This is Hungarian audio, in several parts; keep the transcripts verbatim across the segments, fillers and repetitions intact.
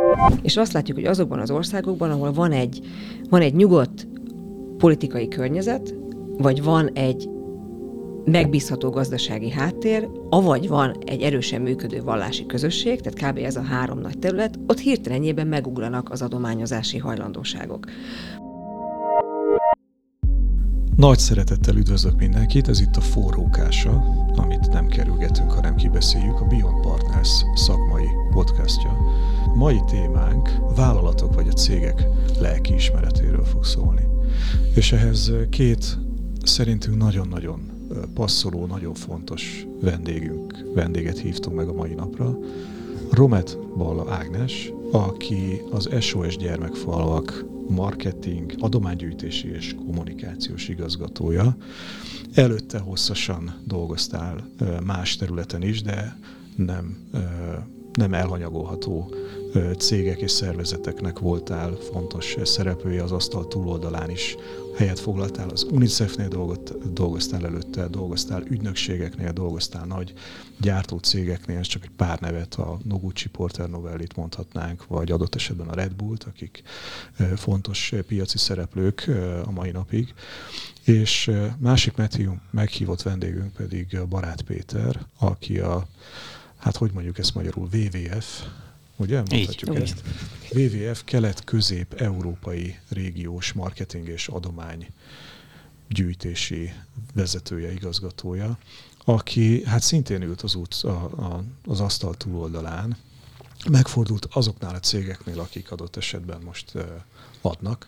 És azt látjuk, hogy azokban az országokban, ahol van egy, van egy nyugodt politikai környezet, vagy van egy megbízható gazdasági háttér, avagy van egy erősen működő vallási közösség, tehát kb. Ez a három nagy terület, ott hirtelenjében megugranak az adományozási hajlandóságok. Nagy szeretettel üdvözlök mindenkit, ez itt a Forrókása, amit nem kerülgetünk, hanem kibeszéljük, a Beyond Partners szakmai podcastja. Mai témánk vállalatok vagy a cégek lelkiismeretéről fog szólni. És ehhez két szerintünk nagyon-nagyon passzoló, nagyon fontos vendégünk, vendéget hívtunk meg a mai napra. Romet Balla Ágnes, aki az es o es Gyermekfalvak marketing, adománygyűjtési és kommunikációs igazgatója. Előtte hosszasan dolgoztál más területen is, de nem, nem elhanyagolható cégek és szervezeteknek voltál fontos szereplője, az asztal túloldalán is helyet foglaltál, az UNICEF-nél dolgoztál előtte, dolgoztál ügynökségeknél, dolgoztál nagy gyártócégeknél, ez csak egy pár nevet, a Noguchi, Porter Novellit mondhatnánk, vagy adott esetben a Red Bullt, akik fontos piaci szereplők a mai napig. És másik meghívott vendégünk pedig Barát Péter, aki a, hát hogy mondjuk ezt magyarul, vé vé ef, ugye? Mondhatjuk Így, ezt. vé vé ef kelet-közép-európai régiós marketing és adomány gyűjtési vezetője, igazgatója, aki hát szintén ült az, út, a, a, az asztal túloldalán, megfordult azoknál a cégeknél, akik adott esetben most uh, adnak,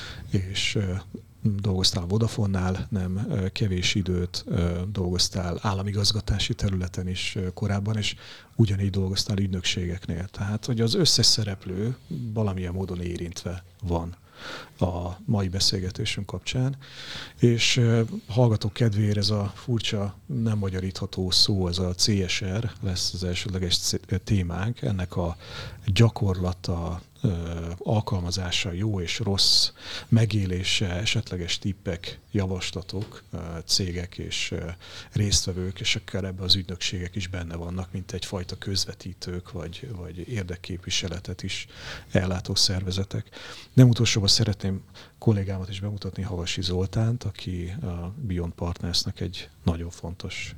és uh, dolgoztál a Vodafone-nál, nem kevés időt, dolgoztál államigazgatási területen is korábban, és ugyanígy dolgoztál ügynökségeknél. Tehát, hogy az összes szereplő valamilyen módon érintve van a mai beszélgetésünk kapcsán. És hallgatók kedvéért ez a furcsa, nem magyarítható szó, ez a cé es er lesz az elsődleges témánk. Ennek a gyakorlata, alkalmazása, jó és rossz megélése, esetleges tippek, javaslatok, cégek és résztvevők, és akár ebben az ügynökségek is benne vannak, mint egyfajta közvetítők, vagy, vagy érdekképviseletet is ellátó szervezetek. Nem utolsóban szeretném kollégámat is bemutatni, Havasi Zoltánt, aki a Beyond Partnersnek egy nagyon fontos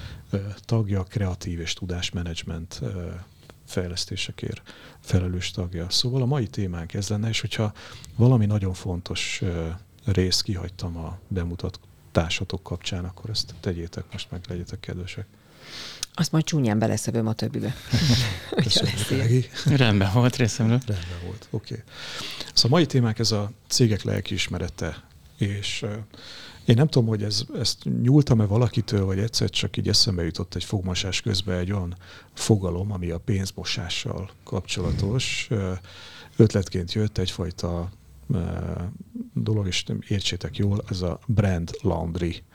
tagja, kreatív és tudásmenedzsment fejlesztésekért felelős tagja. Szóval a mai témánk ez lenne, és hogyha valami nagyon fontos részt kihagytam a bemutatásatok kapcsán, akkor ezt tegyétek most meg, legyetek kedvesek. Azt majd csúnyán beleszövöm a többibe. Köszönjük, Rendben volt részemről. Rendben volt, oké. Okay. Szóval a mai témánk ez a cégek lelkiismerete, és én nem tudom, hogy ez, ezt nyúltam-e valakitől, vagy egyszer csak így eszembe jutott egy fogmosás közben egy olyan fogalom, ami a pénzmosással kapcsolatos. Ötletként jött egyfajta dolog, és értsétek jól, ez a brand laundry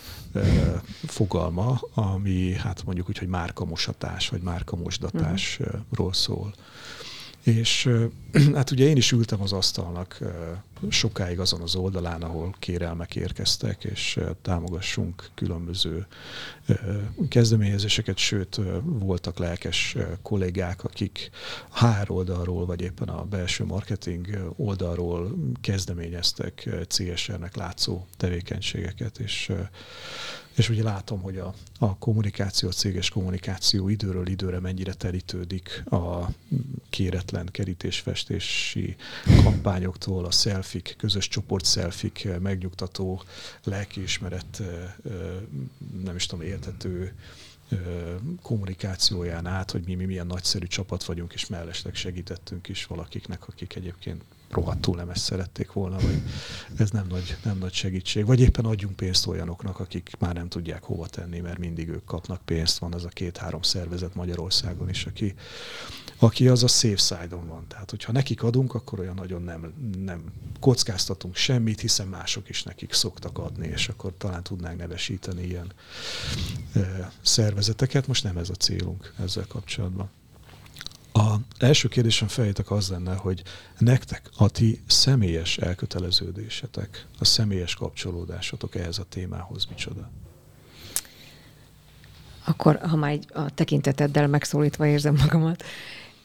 fogalma, ami hát mondjuk úgy, hogy márkamosatás, vagy márkamosdatásról szól. És hát ugye én is ültem az asztalnak sokáig azon az oldalán, ahol kérelmek érkeztek, és támogassunk különböző kezdeményezéseket, sőt voltak lelkes kollégák, akik há er oldalról, vagy éppen a belső marketing oldalról kezdeményeztek cé es er-nek látszó tevékenységeket, és És ugye látom, hogy a, a kommunikáció, a céges kommunikáció időről időre mennyire terítődik a kéretlen kerítésfestési kampányoktól, a selfik, közös csoport selfik, megnyugtató, lelkiismeret, nem is tudom, éltető kommunikációján át, hogy mi, mi milyen nagyszerű csapat vagyunk, és mellesleg segítettünk is valakiknek, akik egyébként rohadtul nem ezt szerették volna, vagy ez nem nagy, nem nagy segítség. Vagy éppen adjunk pénzt olyanoknak, akik már nem tudják hova tenni, mert mindig ők kapnak pénzt. Van az a két-három szervezet Magyarországon is, aki, aki az a safe side-on van. Tehát, hogyha nekik adunk, akkor olyan nagyon nem, nem kockáztatunk semmit, hiszen mások is nekik szoktak adni, és akkor talán tudnánk nevesíteni ilyen e, szervezeteket. Most nem ez a célunk ezzel kapcsolatban. Az első kérdésem felétek az lenne, hogy nektek a ti személyes elköteleződésetek, a személyes kapcsolódásotok ehhez a témához micsoda? Akkor, ha már a tekinteteddel megszólítva érzem magamat,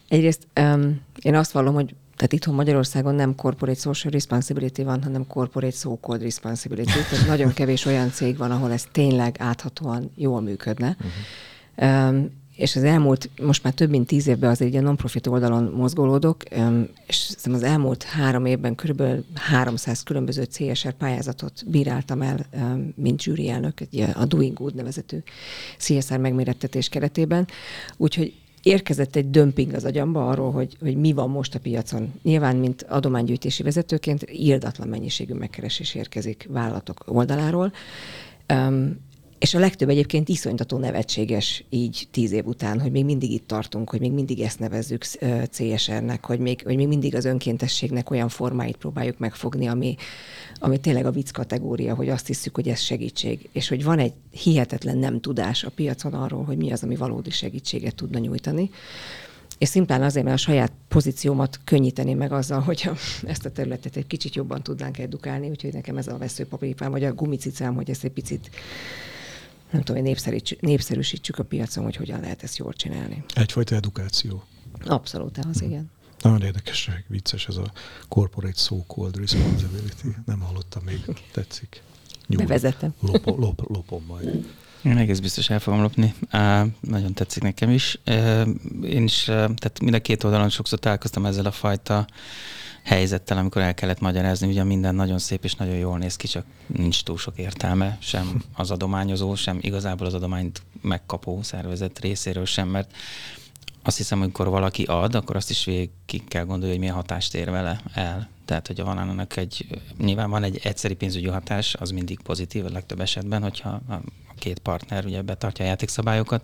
Egyrészt um, én azt vallom, hogy tehát itthon Magyarországon nem corporate social responsibility van, hanem corporate so-called responsibility. Tehát nagyon kevés olyan cég van, ahol ez tényleg áthatóan jól működne. Uh-huh. Um, és az elmúlt, most már több mint tíz évben azért a non-profit oldalon mozgolódok, um, és szerintem az elmúlt három évben körülbelül háromszáz különböző cé es er pályázatot bíráltam el, um, mint zsűri elnök, a Doing Good nevezetű cé es er megmérettetés keretében. Úgyhogy érkezett egy dömping az agyamba arról, hogy, hogy mi van most a piacon. Nyilván, mint adománygyűjtési vezetőként irdatlan mennyiségű megkeresés érkezik vállalatok oldaláról, um, és a legtöbb egyébként iszonytató nevetséges így tíz év után, hogy még mindig itt tartunk, hogy még mindig ezt nevezzük cé es er-nek, hogy még, hogy még mindig az önkéntességnek olyan formáit próbáljuk megfogni, ami, ami tényleg a vicc kategória, hogy azt hiszük, hogy ez segítség, és hogy van egy hihetetlen nem tudás a piacon arról, hogy mi az, ami valódi segítséget tudna nyújtani. És szimplán azért, mert a saját pozíciómat könnyíteni meg azzal, hogyha ezt a területet egy kicsit jobban tudnánk edukálni, úgyhogy nekem ez a veszőpapírpám, vagy a gumicicám, hogy ezt egy picit nem tudom, hogy népszerűsítsük a piacon, hogy hogyan lehet ezt jól csinálni. Egyfajta edukáció. Abszolút, az hmm. igen. Nagyon érdekes, vicces ez a corporate so-called responsibility. Nem hallottam még, tetszik. Nyúl. Bevezettem. Lop, lop, lopom majd. Én egész biztos el fogom lopni. Uh, nagyon tetszik nekem is. Uh, én is, uh, tehát mind a két oldalon sokszor találkoztam ezzel a fajta helyzettel, amikor el kellett magyarázni, ugye minden nagyon szép és nagyon jól néz ki, csak nincs túl sok értelme, sem az adományozó, sem igazából az adományt megkapó szervezet részéről sem, mert azt hiszem, hogy amikor valaki ad, akkor azt is végig kell gondolni, hogy milyen hatást ér vele el. Tehát, hogy van annak egy, nyilván van egy egyszeri pénzügyi hatás, az mindig pozitív a legtöbb esetben, hogyha a két partner ugye betartja a játékszabályokat,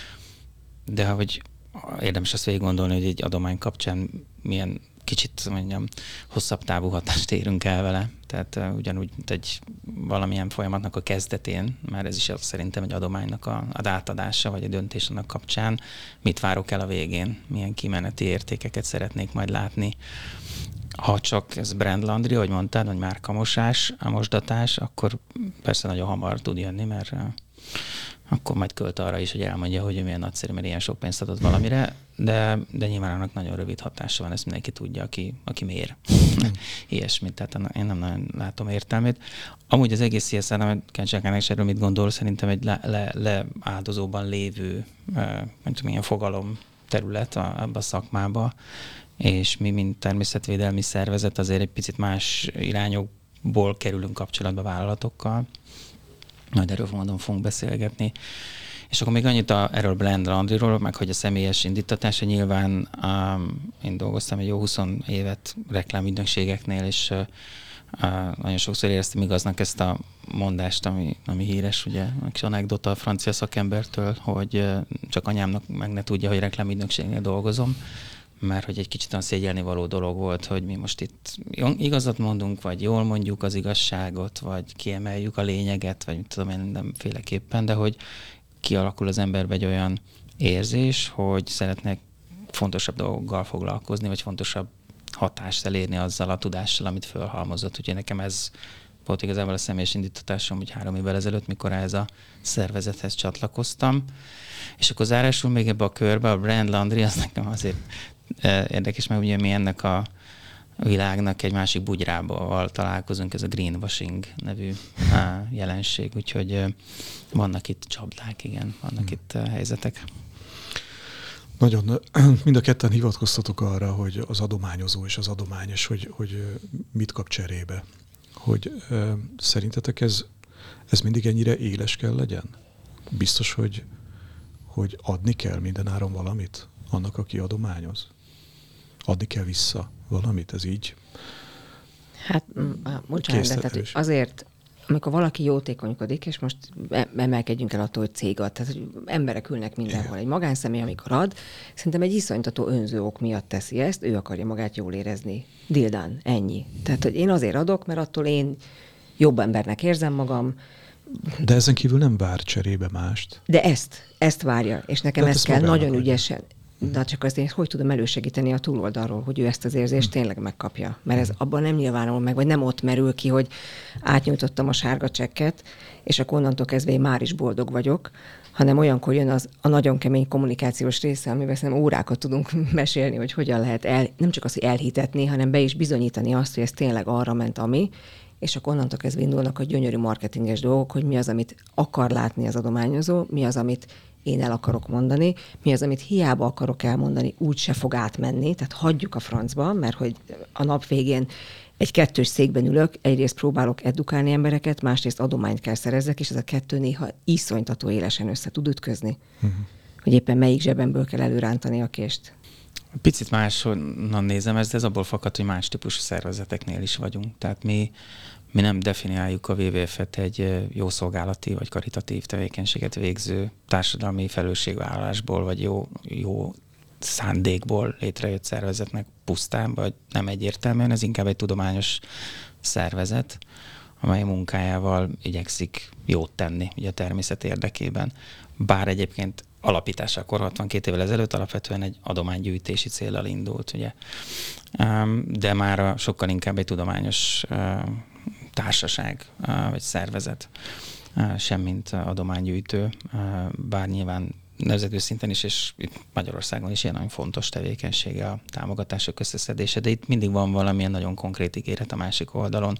de hogy érdemes azt végig gondolni, hogy egy adomány kapcsán milyen kicsit mondjam, hosszabb távú hatást érünk el vele. Tehát uh, ugyanúgy, mint egy valamilyen folyamatnak a kezdetén, már ez is az szerintem egy adománynak a, az átadása, vagy a döntés annak kapcsán, mit várok el a végén, milyen kimeneti értékeket szeretnék majd látni. Ha csak ez brand laundry, ahogy mondtad, vagy márkamosás, a mosdatás, akkor persze nagyon hamar tud jönni, mert uh, akkor majd költ arra is, hogy elmondja, hogy milyen nagyszerű, mert ilyen sok pénzt adott valamire, de, de nyilván annak nagyon rövid hatása van, ezt mindenki tudja, aki, aki mér. Ilyesmit, tehát én nem nagyon látom értelmét. Amúgy az egész cé es er, amit Kencsákának is erről mit gondol, szerintem egy leáldozóban le, le lévő, nem tudom, ilyen fogalom terület abban a szakmába, és mi, mint természetvédelmi szervezet, azért egy picit más irányokból kerülünk kapcsolatba vállalatokkal. Majd erről mondom, fogunk beszélgetni. És akkor még annyit a, erről Brand Laundryról, meg hogy a személyes indítatása, nyilván um, én dolgoztam egy jó húsz évet reklámügynökségeknél, és uh, uh, nagyon sokszor éreztem igaznak ezt a mondást, ami, ami híres, ugye, és anekdota a francia szakembertől, hogy uh, csak anyámnak meg ne tudja, hogy reklámügynökségnél dolgozom, mert hogy egy kicsit olyan szégyelni való dolog volt, hogy mi most itt igazat mondunk, vagy jól mondjuk az igazságot, vagy kiemeljük a lényeget, vagy mit tudom én mindenféleképpen, de hogy kialakul az emberbe egy olyan érzés, hogy szeretnek fontosabb dolgokkal foglalkozni, vagy fontosabb hatást elérni azzal a tudással, amit fölhalmozott. Úgyhogy nekem ez volt igazából a személyes indítatásom, hogy három évvel ezelőtt, mikor ez a szervezethez csatlakoztam. És akkor zárásul még ebbe a körbe, a Brand Laundry, az nekem azért érdekes, mert ugye mi ennek a világnak egy másik bugyrával találkozunk, ez a greenwashing nevű jelenség, úgyhogy vannak itt csapdák, igen, vannak hmm. itt helyzetek. Nagyon, mind a ketten hivatkoztatok arra, hogy az adományozó és az adományos, hogy, hogy mit kap cserébe. Hogy ö, szerintetek ez, ez mindig ennyire éles kell legyen? Biztos, hogy, hogy adni kell mindenáron valamit annak, aki adományoz? Adni kell vissza valamit, ez így? Hát, bocsánat, de tehát azért, amikor valaki jótékonykodik, és most emelkedjünk el attól, hogy cég ad, tehát hogy emberek ülnek mindenhol. Egy magánszemély, amikor ad, szerintem egy iszonytató önző ok miatt teszi ezt, ő akarja magát jól érezni. Dildán, ennyi. Tehát, hogy én azért adok, mert attól én jobb embernek érzem magam. De ezen kívül nem vár cserébe mást. De ezt, ezt várja, és nekem ezt, ezt kell nagyon ügyesen. de csak azért hogy tudom elősegíteni a túloldalról, hogy ő ezt az érzést tényleg megkapja. Mert ez abban nem nyilvánul meg, vagy nem ott merül ki, hogy átnyújtottam a sárga csekket, és akkor onnantól kezdve én már is boldog vagyok, hanem olyankor jön az a nagyon kemény kommunikációs része, amiben szerintem órákat tudunk mesélni, hogy hogyan lehet el, nem csak az, hogy elhitetni, hanem be is bizonyítani azt, hogy ez tényleg arra ment, ami, és akkor onnantól kezdve indulnak a gyönyörű marketinges dolgok, hogy mi az, amit akar látni az adományozó, mi az, amit én el akarok mondani, mi az, amit hiába akarok elmondani, úgy se fog átmenni, tehát hagyjuk a francba, mert hogy a nap végén egy kettős székben ülök, egyrészt próbálok edukálni embereket, másrészt adományt kell szerezzek, és ez a kettő néha iszonytató élesen össze tud ütközni. Uh-huh. Hogy éppen melyik zsebemből kell előrántani a kést. Picit máshonnan nézem ezt, de ez abból fakad, hogy más típusú szervezeteknél is vagyunk. Tehát mi, mi nem definiáljuk a dupla vé vé ef-et egy jó szolgálati vagy karitatív tevékenységet végző társadalmi felelősségvállalásból, vagy jó, jó szándékból létrejött szervezetnek pusztán, vagy nem egyértelműen, ez inkább egy tudományos szervezet, amely munkájával igyekszik jót tenni ugye a természet érdekében. Bár egyébként alapításakor hatvankét évvel ezelőtt alapvetően egy adománygyűjtési céllal indult, ugye. De már sokkal inkább egy tudományos társaság vagy szervezet, semmint adománygyűjtő, bár nyilván nemzetközi szinten is, és itt Magyarországon is ilyen nagyon fontos tevékenysége a támogatások összeszedése, de itt mindig van valamilyen nagyon konkrét ígéret a másik oldalon.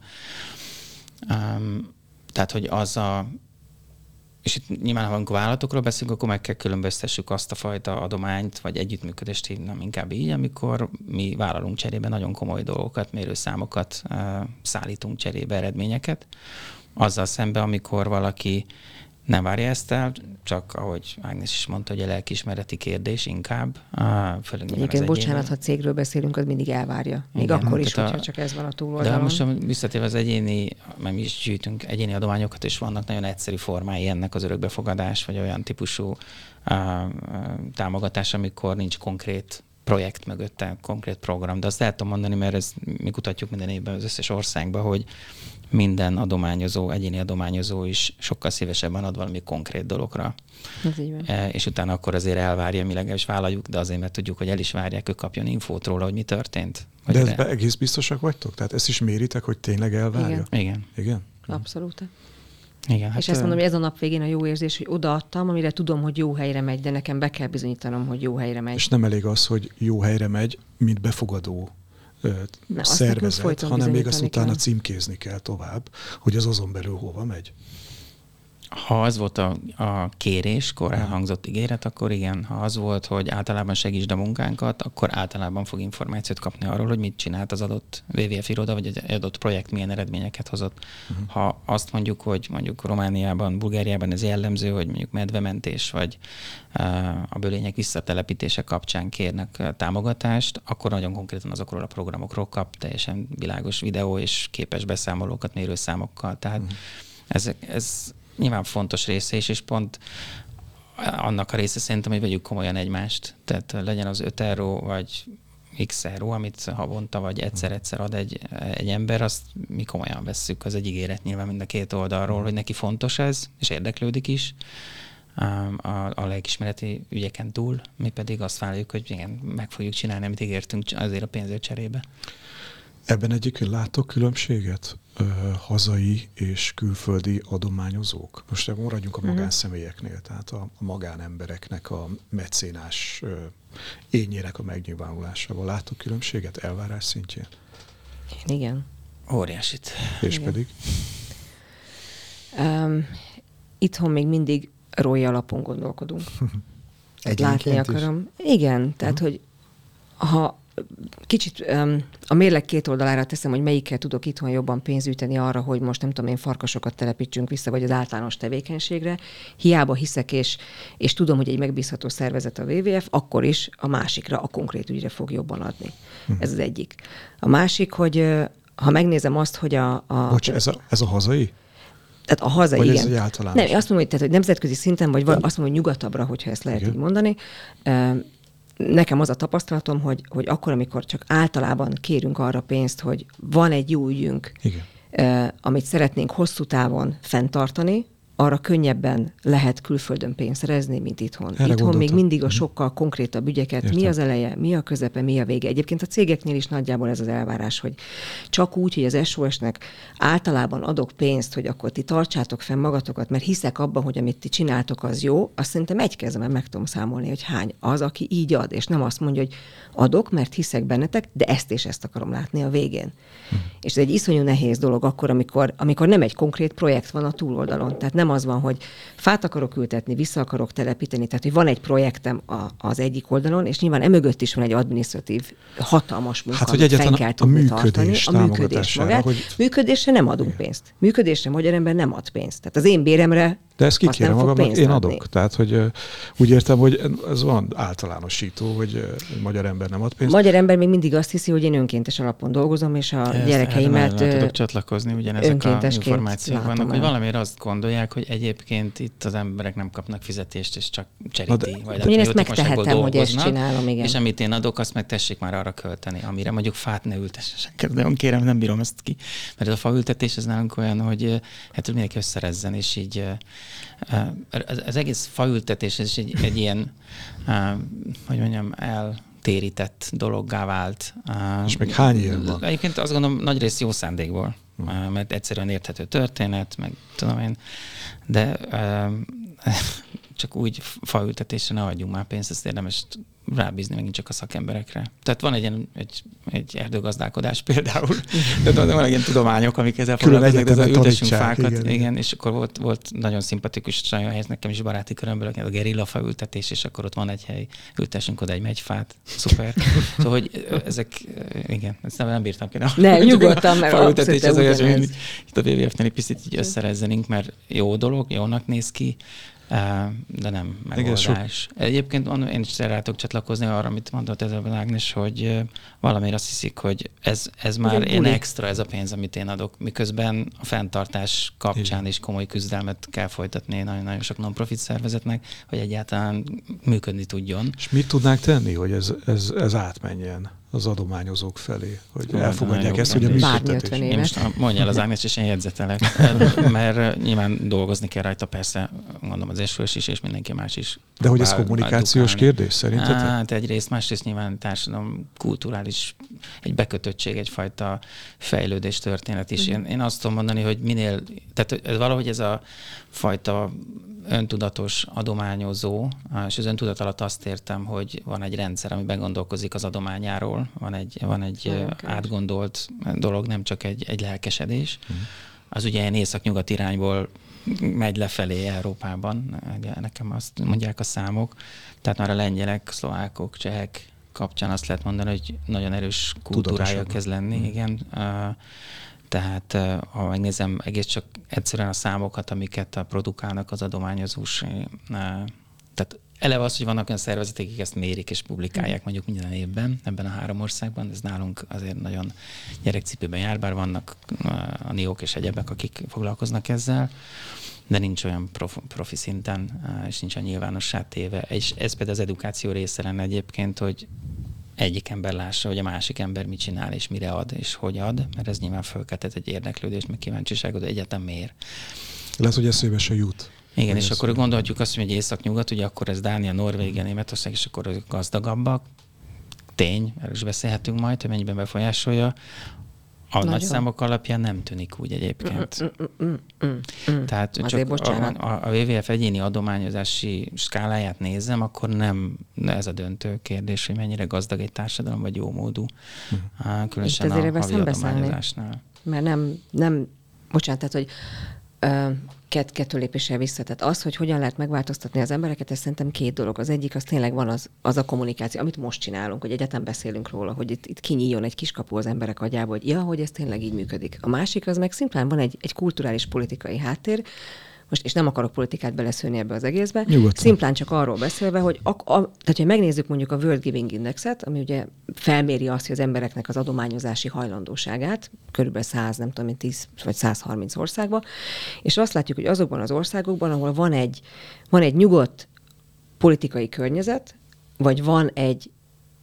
Um, tehát, hogy az a... És itt nyilván, ha amikor vállalatokról beszélünk, akkor meg kell különböztessük azt a fajta adományt, vagy együttműködést, hívnám inkább így, amikor mi vállalunk cserébe nagyon komoly dolgokat, mérőszámokat, uh, szállítunk cserébe eredményeket. Azzal szemben, amikor valaki nem várja ezt el, csak ahogy Ágnes is mondta, hogy a lelkiismereti kérdés inkább. Egyébként bocsánat, ha cégről beszélünk, az mindig elvárja. Még igen, akkor is, hogyha a, csak ez van a túloldalon. De most visszatérve az egyéni, mert mi is gyűjtünk egyéni adományokat, és vannak nagyon egyszerű formái ennek az örökbefogadás, vagy olyan típusú uh, támogatás, amikor nincs konkrét projekt mögötte, konkrét program. De azt el tudom mondani, mert ez, mi kutatjuk minden évben az összes országban, hogy minden adományozó, egyéni adományozó is sokkal szívesebben ad valami konkrét dologra. Ez így van. E, és utána akkor azért elvárja, mi legalábbis vállaljuk, de azért, mert tudjuk, hogy el is várják, ők kapjon infót róla, hogy mi történt. De ezben egész biztosak vagytok? Tehát ezt is méritek, hogy tényleg elvárja? Igen. Igen. Igen? Abszolút. Igen, hát és ezt mondom, hogy ez a nap végén a jó érzés, hogy odaadtam, amire tudom, hogy jó helyre megy, de nekem be kell bizonyítanom, hogy jó helyre megy. És nem elég az, hogy jó helyre megy, mint befogadó Na, szervezet, hanem még azt utána kell. Címkézni kell tovább, hogy az azon belül hova megy. Ha az volt a, a kéréskor elhangzott ígéret, akkor igen. Ha az volt, hogy általában segítsd a munkánkat, akkor általában fog információt kapni arról, hogy mit csinált az adott dupla vé vé ef iroda, vagy egy adott projekt milyen eredményeket hozott. Uh-huh. Ha azt mondjuk, hogy mondjuk Romániában, Bulgáriában ez jellemző, hogy mondjuk medvementés, vagy uh, a bölények visszatelepítése kapcsán kérnek támogatást, akkor nagyon konkrétan azokról a programokról kap teljesen világos videó és képes beszámolókat mérőszámokkal. Tehát uh-huh. ez, ez nyilván fontos része is, és pont annak a része szerintem, hogy vegyük komolyan egymást. Tehát legyen az öt euró, vagy x euró, amit havonta, vagy egyszer-egyszer ad egy, egy ember, azt mi komolyan vesszük. Az egy ígéret nyilván mind a két oldalról, hogy neki fontos ez, és érdeklődik is a, a lelkiismereti ügyeken túl. Mi pedig azt vállaljuk, hogy igen, meg fogjuk csinálni, amit ígértünk azért a pénzért cserébe. Ebben egyébként látok különbséget? Hazai és külföldi adományozók? Most maradjunk a magánszemélyeknél, tehát a magánembereknek a mecénás ényének a megnyilvánulásával. Látok különbséget elvárás szintjén? Igen. Óriásit. És Igen. pedig? Um, itthon még mindig rója alapon gondolkodunk. Látni akarom. Is? Igen, tehát, uh-huh. hogy ha kicsit um, a mérleg két oldalára teszem, hogy melyikkel tudok itthon jobban pénzt üteni arra, hogy most nem tudom én farkasokat telepítsünk vissza, vagy az általános tevékenységre. Hiába hiszek, és, és tudom, hogy egy megbízható szervezet a dupla vé vé ef, akkor is a másikra, a konkrét ügyre fog jobban adni. Uh-huh. Ez az egyik. A másik, hogy ha megnézem azt, hogy a... a Bocs, ez a, ez a hazai? Tehát a hazai, vagy igen. Ez egy általános? Nem, azt mondom, hogy, tehát, hogy nemzetközi szinten, vagy azt mondom, hogy nyugatabbra, hogyha ezt lehet igen. így mondani. Nekem az a tapasztalatom, hogy, hogy akkor, amikor csak általában kérünk arra pénzt, hogy van egy jó ügyünk, igen. amit szeretnénk hosszú távon fenntartani, arra könnyebben lehet külföldön pénzt szerezni, mint itthon. Erre Itthon gondoltam. még mindig a sokkal konkrétabb ügyeket, Értem. mi az eleje, mi a közepe, mi a vége. Egyébként a cégeknél is nagyjából ez az elvárás, hogy csak úgy, hogy az es o es-nek általában adok pénzt, hogy akkor ti tartsátok fenn magatokat, mert hiszek abban, hogy amit ti csináltok, az jó, azt szerintem egy kezemben meg tudom számolni, hogy hány az, aki így ad, és nem azt mondja, hogy adok, mert hiszek bennetek, de ezt és ezt akarom látni a végén. Hm. És ez egy iszonyú nehéz dolog akkor, amikor, amikor nem egy konkrét projekt van a túloldalon. Tehát nem az van, hogy fát akarok ültetni, vissza akarok telepíteni, tehát hogy van egy projektem a, az egyik oldalon, és nyilván emögött is van egy adminisztratív hatalmas munka, hát, hogy amit fenn kell a tudni működés tartani. A működés magát. Hogy... Működésre nem adunk igen. pénzt. Működésre magyar ember nem ad pénzt. Tehát az én béremre de ezt kikérem magamnak, én adok. Adni. Tehát, hogy uh, úgy értem, hogy ez van általánosító, hogy uh, magyar ember nem ad pénzt. Magyar ember még mindig azt hiszi, hogy én önkéntes alapon dolgozom, és a ezt gyerekeimet nem tudok csatlakozni, ugyanezek a információk vannak, hogy valamiért azt gondolják, hogy egyébként itt az emberek nem kapnak fizetést, és csak charity. Vagy én ezt megtehetem, hogy ezt csinálom, igen. És amit én adok, azt meg tessék már arra költeni, amire mondjuk fát ne ültessenek. De kérem, nem bírom ezt ki. Mert a faültetés az nálunk olyan, hogy hát mindenki összerezzen, és így az egész faültetés ez egy, egy ilyen, hogy mondjam, eltérített dologgá vált. És még hány ilyen van? Egyébként azt gondolom, nagy rész jó szándékból, hmm. mert egyszerűen érthető történet, meg tudom én, de csak úgy faültetésre ne adjunk már pénzt, ezt érdemes rábízni megint csak a szakemberekre. Tehát van egy, ilyen, egy, egy erdőgazdálkodás például, de van egy ilyen tudományok, amik ezzel foglalkoznak, de ez ültessünk fákat, igen, igen, és akkor volt, volt nagyon szimpatikus nagyon hely, nekem is baráti körömből, a gerillafa ültetés, és akkor ott van egy hely, ültessünk oda egy megyfát, szuper. Szóval, hogy ezek, igen, ezt nem, nem bírtam ki. Ne, nyugodtan, mert faültetés az olyan, hogy itt a bé vé ef-nél egy picit így összerezzenünk, mert jó dolog, jónak néz ki, de nem megoldás. Egyébként én is szeretnék csatlakozni arra, amit mondott ez a Ágnes, hogy valamiért azt hiszik, hogy ez, ez már én extra, ez a pénz, amit én adok, miközben a fenntartás kapcsán igen. is komoly küzdelmet kell folytatni nagyon-nagyon sok non-profit szervezetnek, hogy egyáltalán működni tudjon. És mit tudnánk tenni, hogy ez, ez, ez átmenjen az adományozók felé, hogy Hú, elfogadják ezt, hogy a működtetés. Én most mondja el az Ágnes, és én jegyzetelek, mert nyilván dolgozni kell rajta, persze, mondom az es o es is, és mindenki más is. De hogy ez kommunikációs edukálni. Kérdés szerinted? Hát egyrészt, másrészt nyilván társadalom, kulturális, egy bekötöttség, egyfajta fejlődés történet is. Én, én azt tudom mondani, hogy minél, tehát ez valahogy ez a fajta öntudatos adományozó, és az öntudat alatt azt értem, hogy van egy rendszer, ami begondolkozik az adományáról, van egy, van egy átgondolt dolog, nem csak egy, egy lelkesedés. Mm. Az ugye ilyen észak-nyugat irányból megy lefelé Európában, nekem azt mondják a számok, tehát már a lengyelek, szlovákok, csehek kapcsán azt lehet mondani, hogy nagyon erős kultúrája kezd lenni, mm. igen. Tehát ha megnézem egész csak egyszerűen a számokat, amiket produkálnak az adományozós, tehát eleve az, hogy vannak olyan szervezetek, akik ezt mérik és publikálják mondjuk minden évben, ebben a három országban, ez nálunk azért nagyon gyerekcipőben jár, bár vannak a niók és egyebek, akik foglalkoznak ezzel, de nincs olyan profi, profi szinten, és nincs olyan nyilvánossá téve. És ez például az edukáció része lenne egyébként, hogy egyik ember lássa, hogy a másik ember mit csinál, és mire ad, és hogy ad, mert ez nyilván fölkeltett egy érdeklődést, meg kíváncsiságot, hogy egyetem miért. Lehet, hogy eszébe se jut. Igen, és akkor gondolhatjuk azt, hogy észak-nyugat, ugye akkor ez Dánia, Norvégia, Németország, és akkor azok gazdagabbak. Tény, erről is beszélhetünk majd, hogy mennyiben befolyásolja. A Nagyon. Nagy számok alapján nem tűnik úgy egyébként. Mm, mm, mm, mm, mm. Tehát Azért csak a, a vé vé ef egyéni adományozási skáláját nézem, akkor nem ez a döntő kérdés, hogy mennyire gazdag egy társadalom, vagy jómódú. Mm. Különösen a havi adományozásnál. Mert nem, nem, bocsánat, tehát, hogy ö, Kett, kettő lépéssel vissza. Tehát az, hogy hogyan lehet megváltoztatni az embereket, ez szerintem két dolog. Az egyik, az tényleg van az, az a kommunikáció, amit most csinálunk, hogy egyáltalán beszélünk róla, hogy itt, itt kinyíljon egy kiskapu az emberek agyába, hogy ja, hogy ez tényleg így működik. A másik, az meg szimplán van egy, egy kulturális politikai háttér, most, és nem akarok politikát beleszőni ebbe az egészbe, Nyugodtan. Szimplán csak arról beszélve, hogy a, a, tehát, hogy megnézzük mondjuk a World Giving Indexet, ami ugye felméri azt, hogy az embereknek az adományozási hajlandóságát, körülbelül száz, nem tudom, tíz vagy száz harminc országban, és azt látjuk, hogy azokban az országokban, ahol van egy, van egy nyugodt politikai környezet, vagy van egy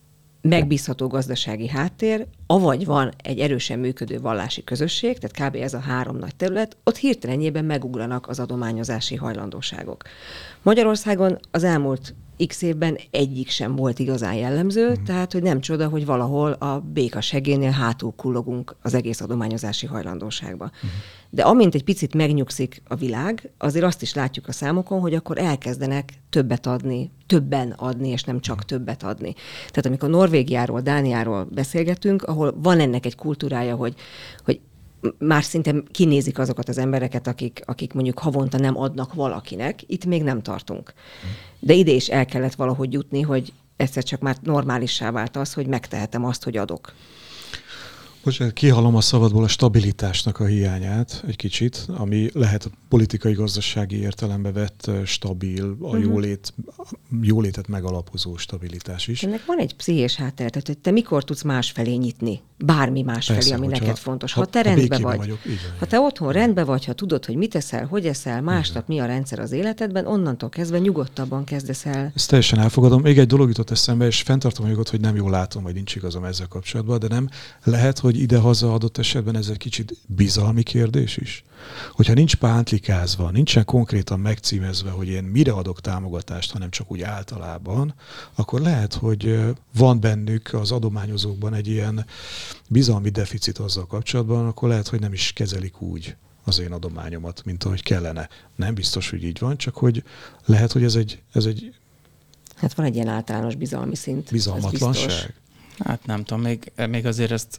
megbízható gazdasági háttér, avagy van egy erősen működő vallási közösség, tehát kb. Ez a három nagy terület, ott hirtelenjében megugranak az adományozási hajlandóságok. Magyarországon az elmúlt x évben egyik sem volt igazán jellemző, mm. tehát hogy nem csoda, hogy valahol a béka segélynél hátul kullogunk az egész adományozási hajlandóságba. Mm. De amint egy picit megnyugszik a világ, azért azt is látjuk a számokon, hogy akkor elkezdenek többet adni, többen adni, és nem csak többet adni. Tehát amikor Norvégiáról, Dániáról beszélgetünk, ahol van ennek egy kultúrája, hogy, hogy már szinte kinézik azokat az embereket, akik, akik mondjuk havonta nem adnak valakinek, itt még nem tartunk. De ide is el kellett valahogy jutni, hogy egyszer csak már normálissá vált az, hogy megtehetem azt, hogy adok. Most kihallom a szabadból a stabilitásnak a hiányát egy kicsit, ami lehet a politikai-gazdasági értelembe vett stabil, a uh-huh. jólét, jólétet megalapozó stabilitás is. Ennek van egy pszichés háttere, tehát hogy te mikor tudsz másfelé nyitni, bármi másfelé, Persze, ami neked fontos. Ha, ha te rendben vagy, vagyok, így, ha te otthon rendben vagy, ha tudod, hogy mit eszel, hogy eszel, másnap mi a rendszer az életedben, onnantól kezdve nyugodtabban kezdesz el. Ezt teljesen elfogadom. Még egy dolog jutott eszembe, és fenntartom a jogot, hogy nem jól látom, vagy nincs igazam ezzel kapcsolatban, de nem lehet, hogy ide-haza adott esetben ez egy kicsit bizalmi kérdés is. Hogyha nincs pántlikázva, nincsen konkrétan megcímezve, hogy én mire adok támogatást, hanem csak úgy általában, akkor lehet, hogy van bennük az adományozókban egy ilyen bizalmi deficit azzal kapcsolatban, akkor lehet, hogy nem is kezelik úgy az én adományomat, mint ahogy kellene. Nem biztos, hogy így van, csak hogy lehet, hogy ez egy... Ez egy hát van egy ilyen általános bizalmi szint. Bizalmatlanság? Hát nem tudom, még, még azért ezt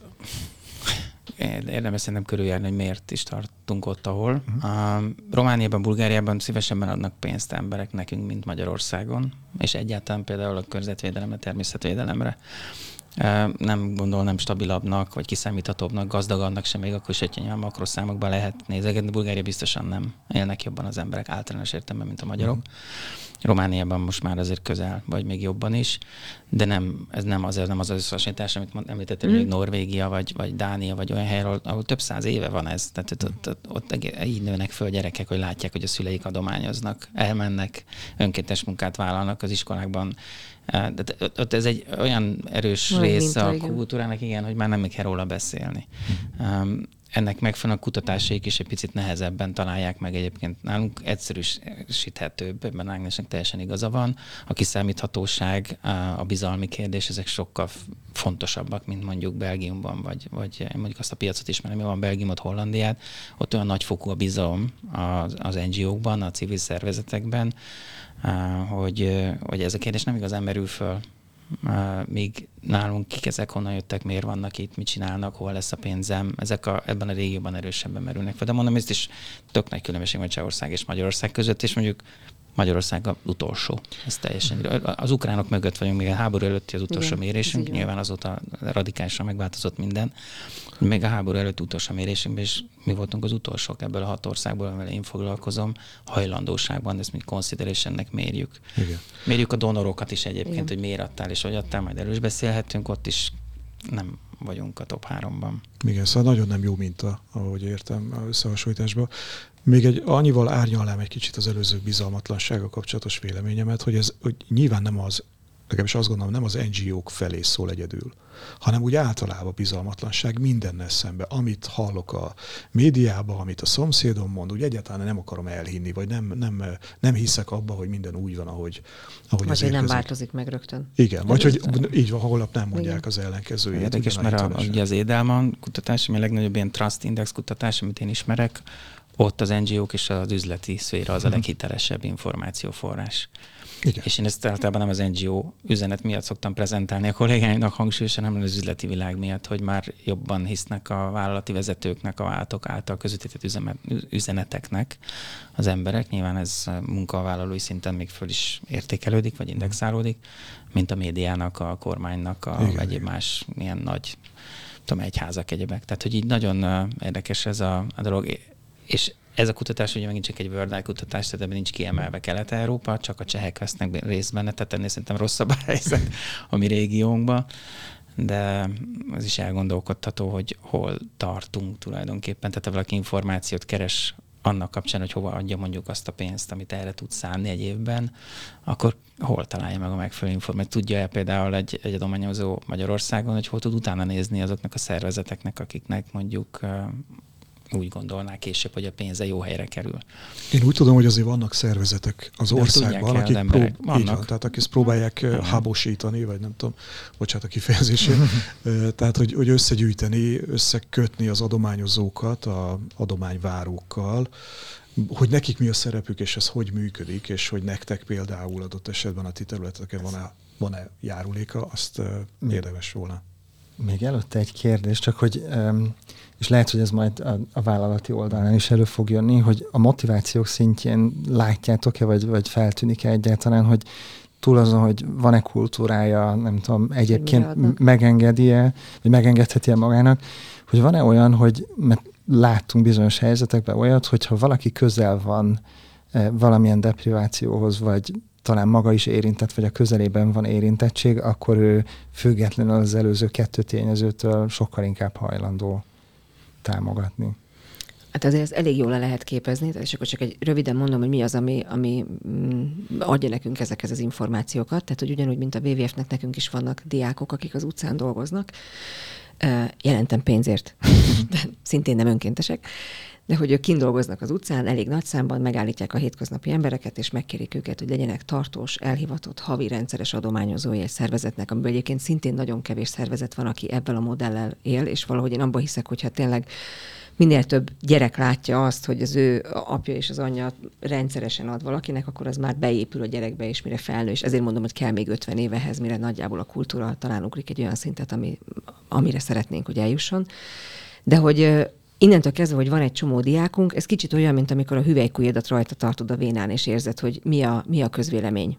érdemes szerintem körüljárni, hogy miért is tartunk ott, ahol. Uh-huh. Uh, Romániában, Bulgáriában szívesebben adnak pénzt emberek nekünk, mint Magyarországon, és egyáltalán például a környezetvédelemre, természetvédelemre. Uh, nem gondolnám stabilabbnak, vagy kiszámíthatóbbnak, gazdagabbnak sem, még akkor is, hogy a makroszámokban lehet nézegetni. Bulgária biztosan nem élnek jobban az emberek általános értelemben, mint a magyarok. Uh-huh. Romániában most már azért közel, vagy még jobban is, de nem, ez nem azért nem az az összehasonlítás, amit említettél, mm. hogy Norvégia, vagy, vagy Dánia, vagy olyan helyről, ahol több száz éve van ez. Tehát ott, ott, ott, ott így nőnek föl gyerekek, hogy látják, hogy a szüleik adományoznak, elmennek, önkéntes munkát vállalnak az iskolákban. De ott ez egy olyan erős Nagy része minta, a igen. kultúrának, igen, hogy már nem kell róla beszélni. Mm. Um, ennek megfelelően a kutatásaik is egy picit nehezebben találják meg egyébként. Nálunk egyszerűsíthetőbb, ebben Ágnesnek teljesen igaza van. A kiszámíthatóság, a bizalmi kérdés, ezek sokkal fontosabbak, mint mondjuk Belgiumban, vagy, vagy mondjuk azt a piacot ismerem, mi van Belgiumot, Hollandiát. Ott olyan nagyfokú a bizalom az, az en gé ókban, a civil szervezetekben, hogy, hogy ez a kérdés nem igazán merül föl. Uh, még nálunk kik ezek, honnan jöttek, miért vannak itt, mit csinálnak, hol lesz a pénzem, ezek a, ebben a régióban erősebben merülnek fel. De mondom, ez is tök nagy különbség van Csehország és Magyarország között, és mondjuk Magyarország az utolsó. Ez teljesen. Az ukránok mögött vagyunk, még a háború előtti az utolsó igen, mérésünk, nyilván azóta radikálisan megváltozott minden. Még a háború előtti utolsó mérésünkben is mi voltunk az utolsók ebből a hat országból, amivel én foglalkozom, hajlandóságban, ezt mi considerationnek mérjük. Igen. Mérjük a donorokat is egyébként, igen. hogy miért adtál és hogy adtál, majd erről is beszélhetünk, ott is nem vagyunk a top háromban. Igen, szóval nagyon nem jó minta, ahogy értem az összehasonlításban. Még egy annyival árnyalnám egy kicsit az előző bizalmatlansággal kapcsolatos véleményemet, hogy ez hogy nyilván nem az, legalábbis azt gondolom, nem az en gé ók felé szól egyedül, hanem úgy általában bizalmatlanság mindennel szemben. Amit hallok a médiában, amit a szomszédom mond, úgy egyáltalán nem akarom elhinni, vagy nem, nem, nem hiszek abba, hogy minden úgy van, ahogy, ahogy vagy hogy nem változik meg rögtön. Igen, vagy hogy így van, holnap nem mondják igen. az ellenkezőjét. Érdekes, mert a, ugye az Edelman kutatás, ami a legnagyobb ilyen Trust Index kutatás, amit én ismerek, ott az en gé ók és az üzleti szféra az a leghitelesebb információforrás. Igen. És én ezt általában nem az en gé ó üzenet miatt szoktam prezentálni a kollégáimnak hangsúlyosan, hanem az üzleti világ miatt, hogy már jobban hisznek a vállalati vezetőknek, a vállalatok által közvetített üzeneteknek az emberek. Nyilván ez munkavállalói szinten még föl is értékelődik, vagy indexálódik, mint a médiának, a kormánynak, a igen, egyéb igen. más ilyen nagy, tudom, egyházak, egyebek. Tehát, hogy így nagyon érdekes ez a, a dolog. És ez a kutatás ugye megint csak egy World Eye kutatás, tehát ebben nincs kiemelve Kelet-Európa, csak a csehek vesznek részt benne, tehát ennél szerintem rosszabb a helyzet a mi régiónkban, de az is elgondolkodható, hogy hol tartunk tulajdonképpen. Tehát ha valaki információt keres annak kapcsán, hogy hova adja mondjuk azt a pénzt, amit erre tud szánni egy évben, akkor hol találja meg a megfelelő információt? Tudja-e például egy, egy adományozó Magyarországon, hogy hol tud utána nézni azoknak a szervezeteknek, akiknek mondjuk úgy gondolnák később, hogy a pénze jó helyre kerül. Én úgy tudom, hogy azért vannak szervezetek az de országban, akik, el, prób- vannak. Így van, tehát akik ezt próbálják uh-huh. hábosítani, vagy nem tudom, bocsánat a kifejezését, tehát hogy, hogy összegyűjteni, összekötni az adományozókat a adományvárókkal, hogy nekik mi a szerepük, és ez hogy működik, és hogy nektek például adott esetben a ti területeken van-e, van-e járuléka, azt uh, érdemes volna. Még előtte egy kérdés, csak hogy, és lehet, hogy ez majd a, a vállalati oldalán is elő fog jönni, hogy a motivációk szintjén látjátok-e, vagy, vagy feltűnik-e egyáltalán, hogy túl azon, hogy van-e kultúrája, nem tudom, egyébként megengedi-e, vagy megengedheti-e magának, hogy van-e olyan, hogy mert láttunk bizonyos helyzetekben olyat, hogyha valaki közel van valamilyen deprivációhoz, vagy talán maga is érintett, vagy a közelében van érintettség, akkor ő függetlenül az előző kettő tényezőtől sokkal inkább hajlandó támogatni. Hát azért ezt elég jól le lehet képezni, és akkor csak egy röviden mondom, hogy mi az, ami, ami adja nekünk ezekhez az információkat. Tehát, hogy ugyanúgy, mint a bé vé ef-nek, nekünk is vannak diákok, akik az utcán dolgoznak. Jelentem pénzért, de szintén nem önkéntesek. De hogy ők kint dolgoznak az utcán, elég nagy számban megállítják a hétköznapi embereket, és megkérik őket, hogy legyenek tartós, elhivatott, havi rendszeres adományozói egy szervezetnek, amiből egyébként szintén nagyon kevés szervezet van, aki ebből a modellel él, és valahogy én abban hiszek, hogyha tényleg minél több gyerek látja azt, hogy az ő apja és az anyja rendszeresen ad valakinek, akkor az már beépül a gyerekbe, és mire felnő, és ezért mondom, hogy kell még ötven évehez, mire nagyjából a kultúra talán ugrik egy olyan szintet, ami, amire szeretnénk, hogy eljusson. De hogy innentől kezdve, hogy van egy csomó diákunk, ez kicsit olyan, mint amikor a hüvelykujjadat rajta tartod a vénán, és érzed, hogy mi a, mi a közvélemény.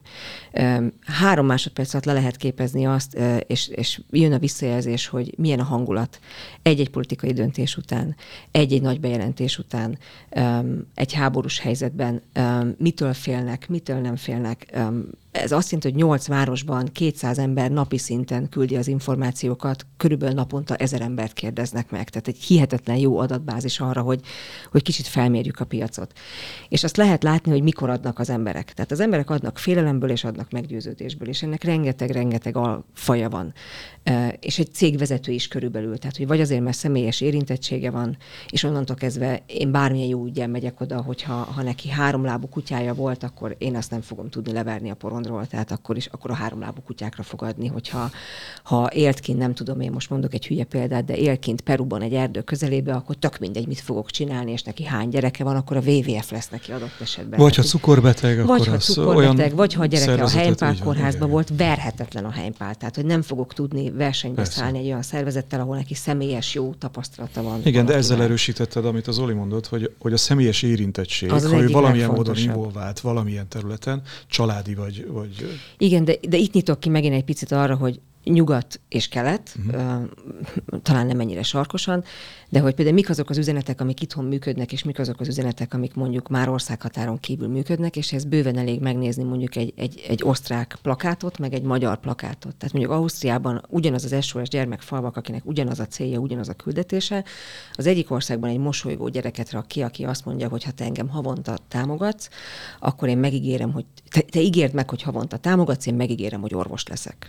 Három másodperc alatt le lehet képezni azt, és, és jön a visszajelzés, hogy milyen a hangulat egy-egy politikai döntés után, egy-egy nagy bejelentés után, egy háborús helyzetben, mitől félnek, mitől nem félnek. Ez azt jelenti, hogy nyolc városban kétszáz ember napi szinten küldi az információkat, körülbelül naponta ezer embert kérdeznek meg. Tehát egy hihetetlen jó adatbázis arra, hogy, hogy kicsit felmérjük a piacot. És azt lehet látni, hogy mikor adnak az emberek. Tehát az emberek adnak félelemből, és adnak meggyőződésből, és ennek rengeteg-rengeteg alfaja van. És egy cégvezető is körülbelül. Tehát, hogy vagy azért, mert személyes érintettsége van, és onnantól kezdve én bármilyen jó ügyen megyek oda, hogyha ha neki háromlábú kutyája volt, akkor én azt nem fogom tudni leverni a porondról, tehát akkor is akkor a háromlábú kutyákra fog adni, hogyha ha élt kint, nem tudom, én most mondok egy hülye példát, de él kint Peruban egy erdő közelébe, akkor tök mindegy, mit fogok csinálni, és neki hány gyereke van, akkor a vé vé ef lesz neki adott esetben. Vagy ha cukorbeteg, akkor vagy ha cukorbeteg, vagy ha a gyereke a Heimpál kórházban volt, igen. Verhetetlen a Heimpál, tehát hogy nem fogok tudni versenybe Persze. szállni egy olyan szervezettel, ahol neki személyes jó tapasztalata van. Igen, de ezzel erősítetted, amit az Zoli mondott, hogy, hogy a személyes érintettség, az az ha ő valamilyen módon involvált, valamilyen területen, családi vagy... vagy... Igen, de, de itt nyitok ki megint egy picit arra, hogy nyugat és kelet, uh-huh. talán nem ennyire sarkosan, de hogy például mik azok az üzenetek, amik itthon működnek, és mik azok az üzenetek, amik mondjuk már országhatáron kívül működnek, és ez bőven elég megnézni mondjuk egy, egy, egy osztrák plakátot, meg egy magyar plakátot. Tehát mondjuk Ausztriában ugyanaz az es o es gyermekfalvak, akinek ugyanaz a célja, ugyanaz a küldetése, az egyik országban egy mosolygó gyereket rak ki, aki azt mondja, hogy ha te engem havonta támogatsz, akkor én megígérem, hogy te, te ígérd meg, hogy havonta támogatsz, én megígérem, hogy orvos leszek.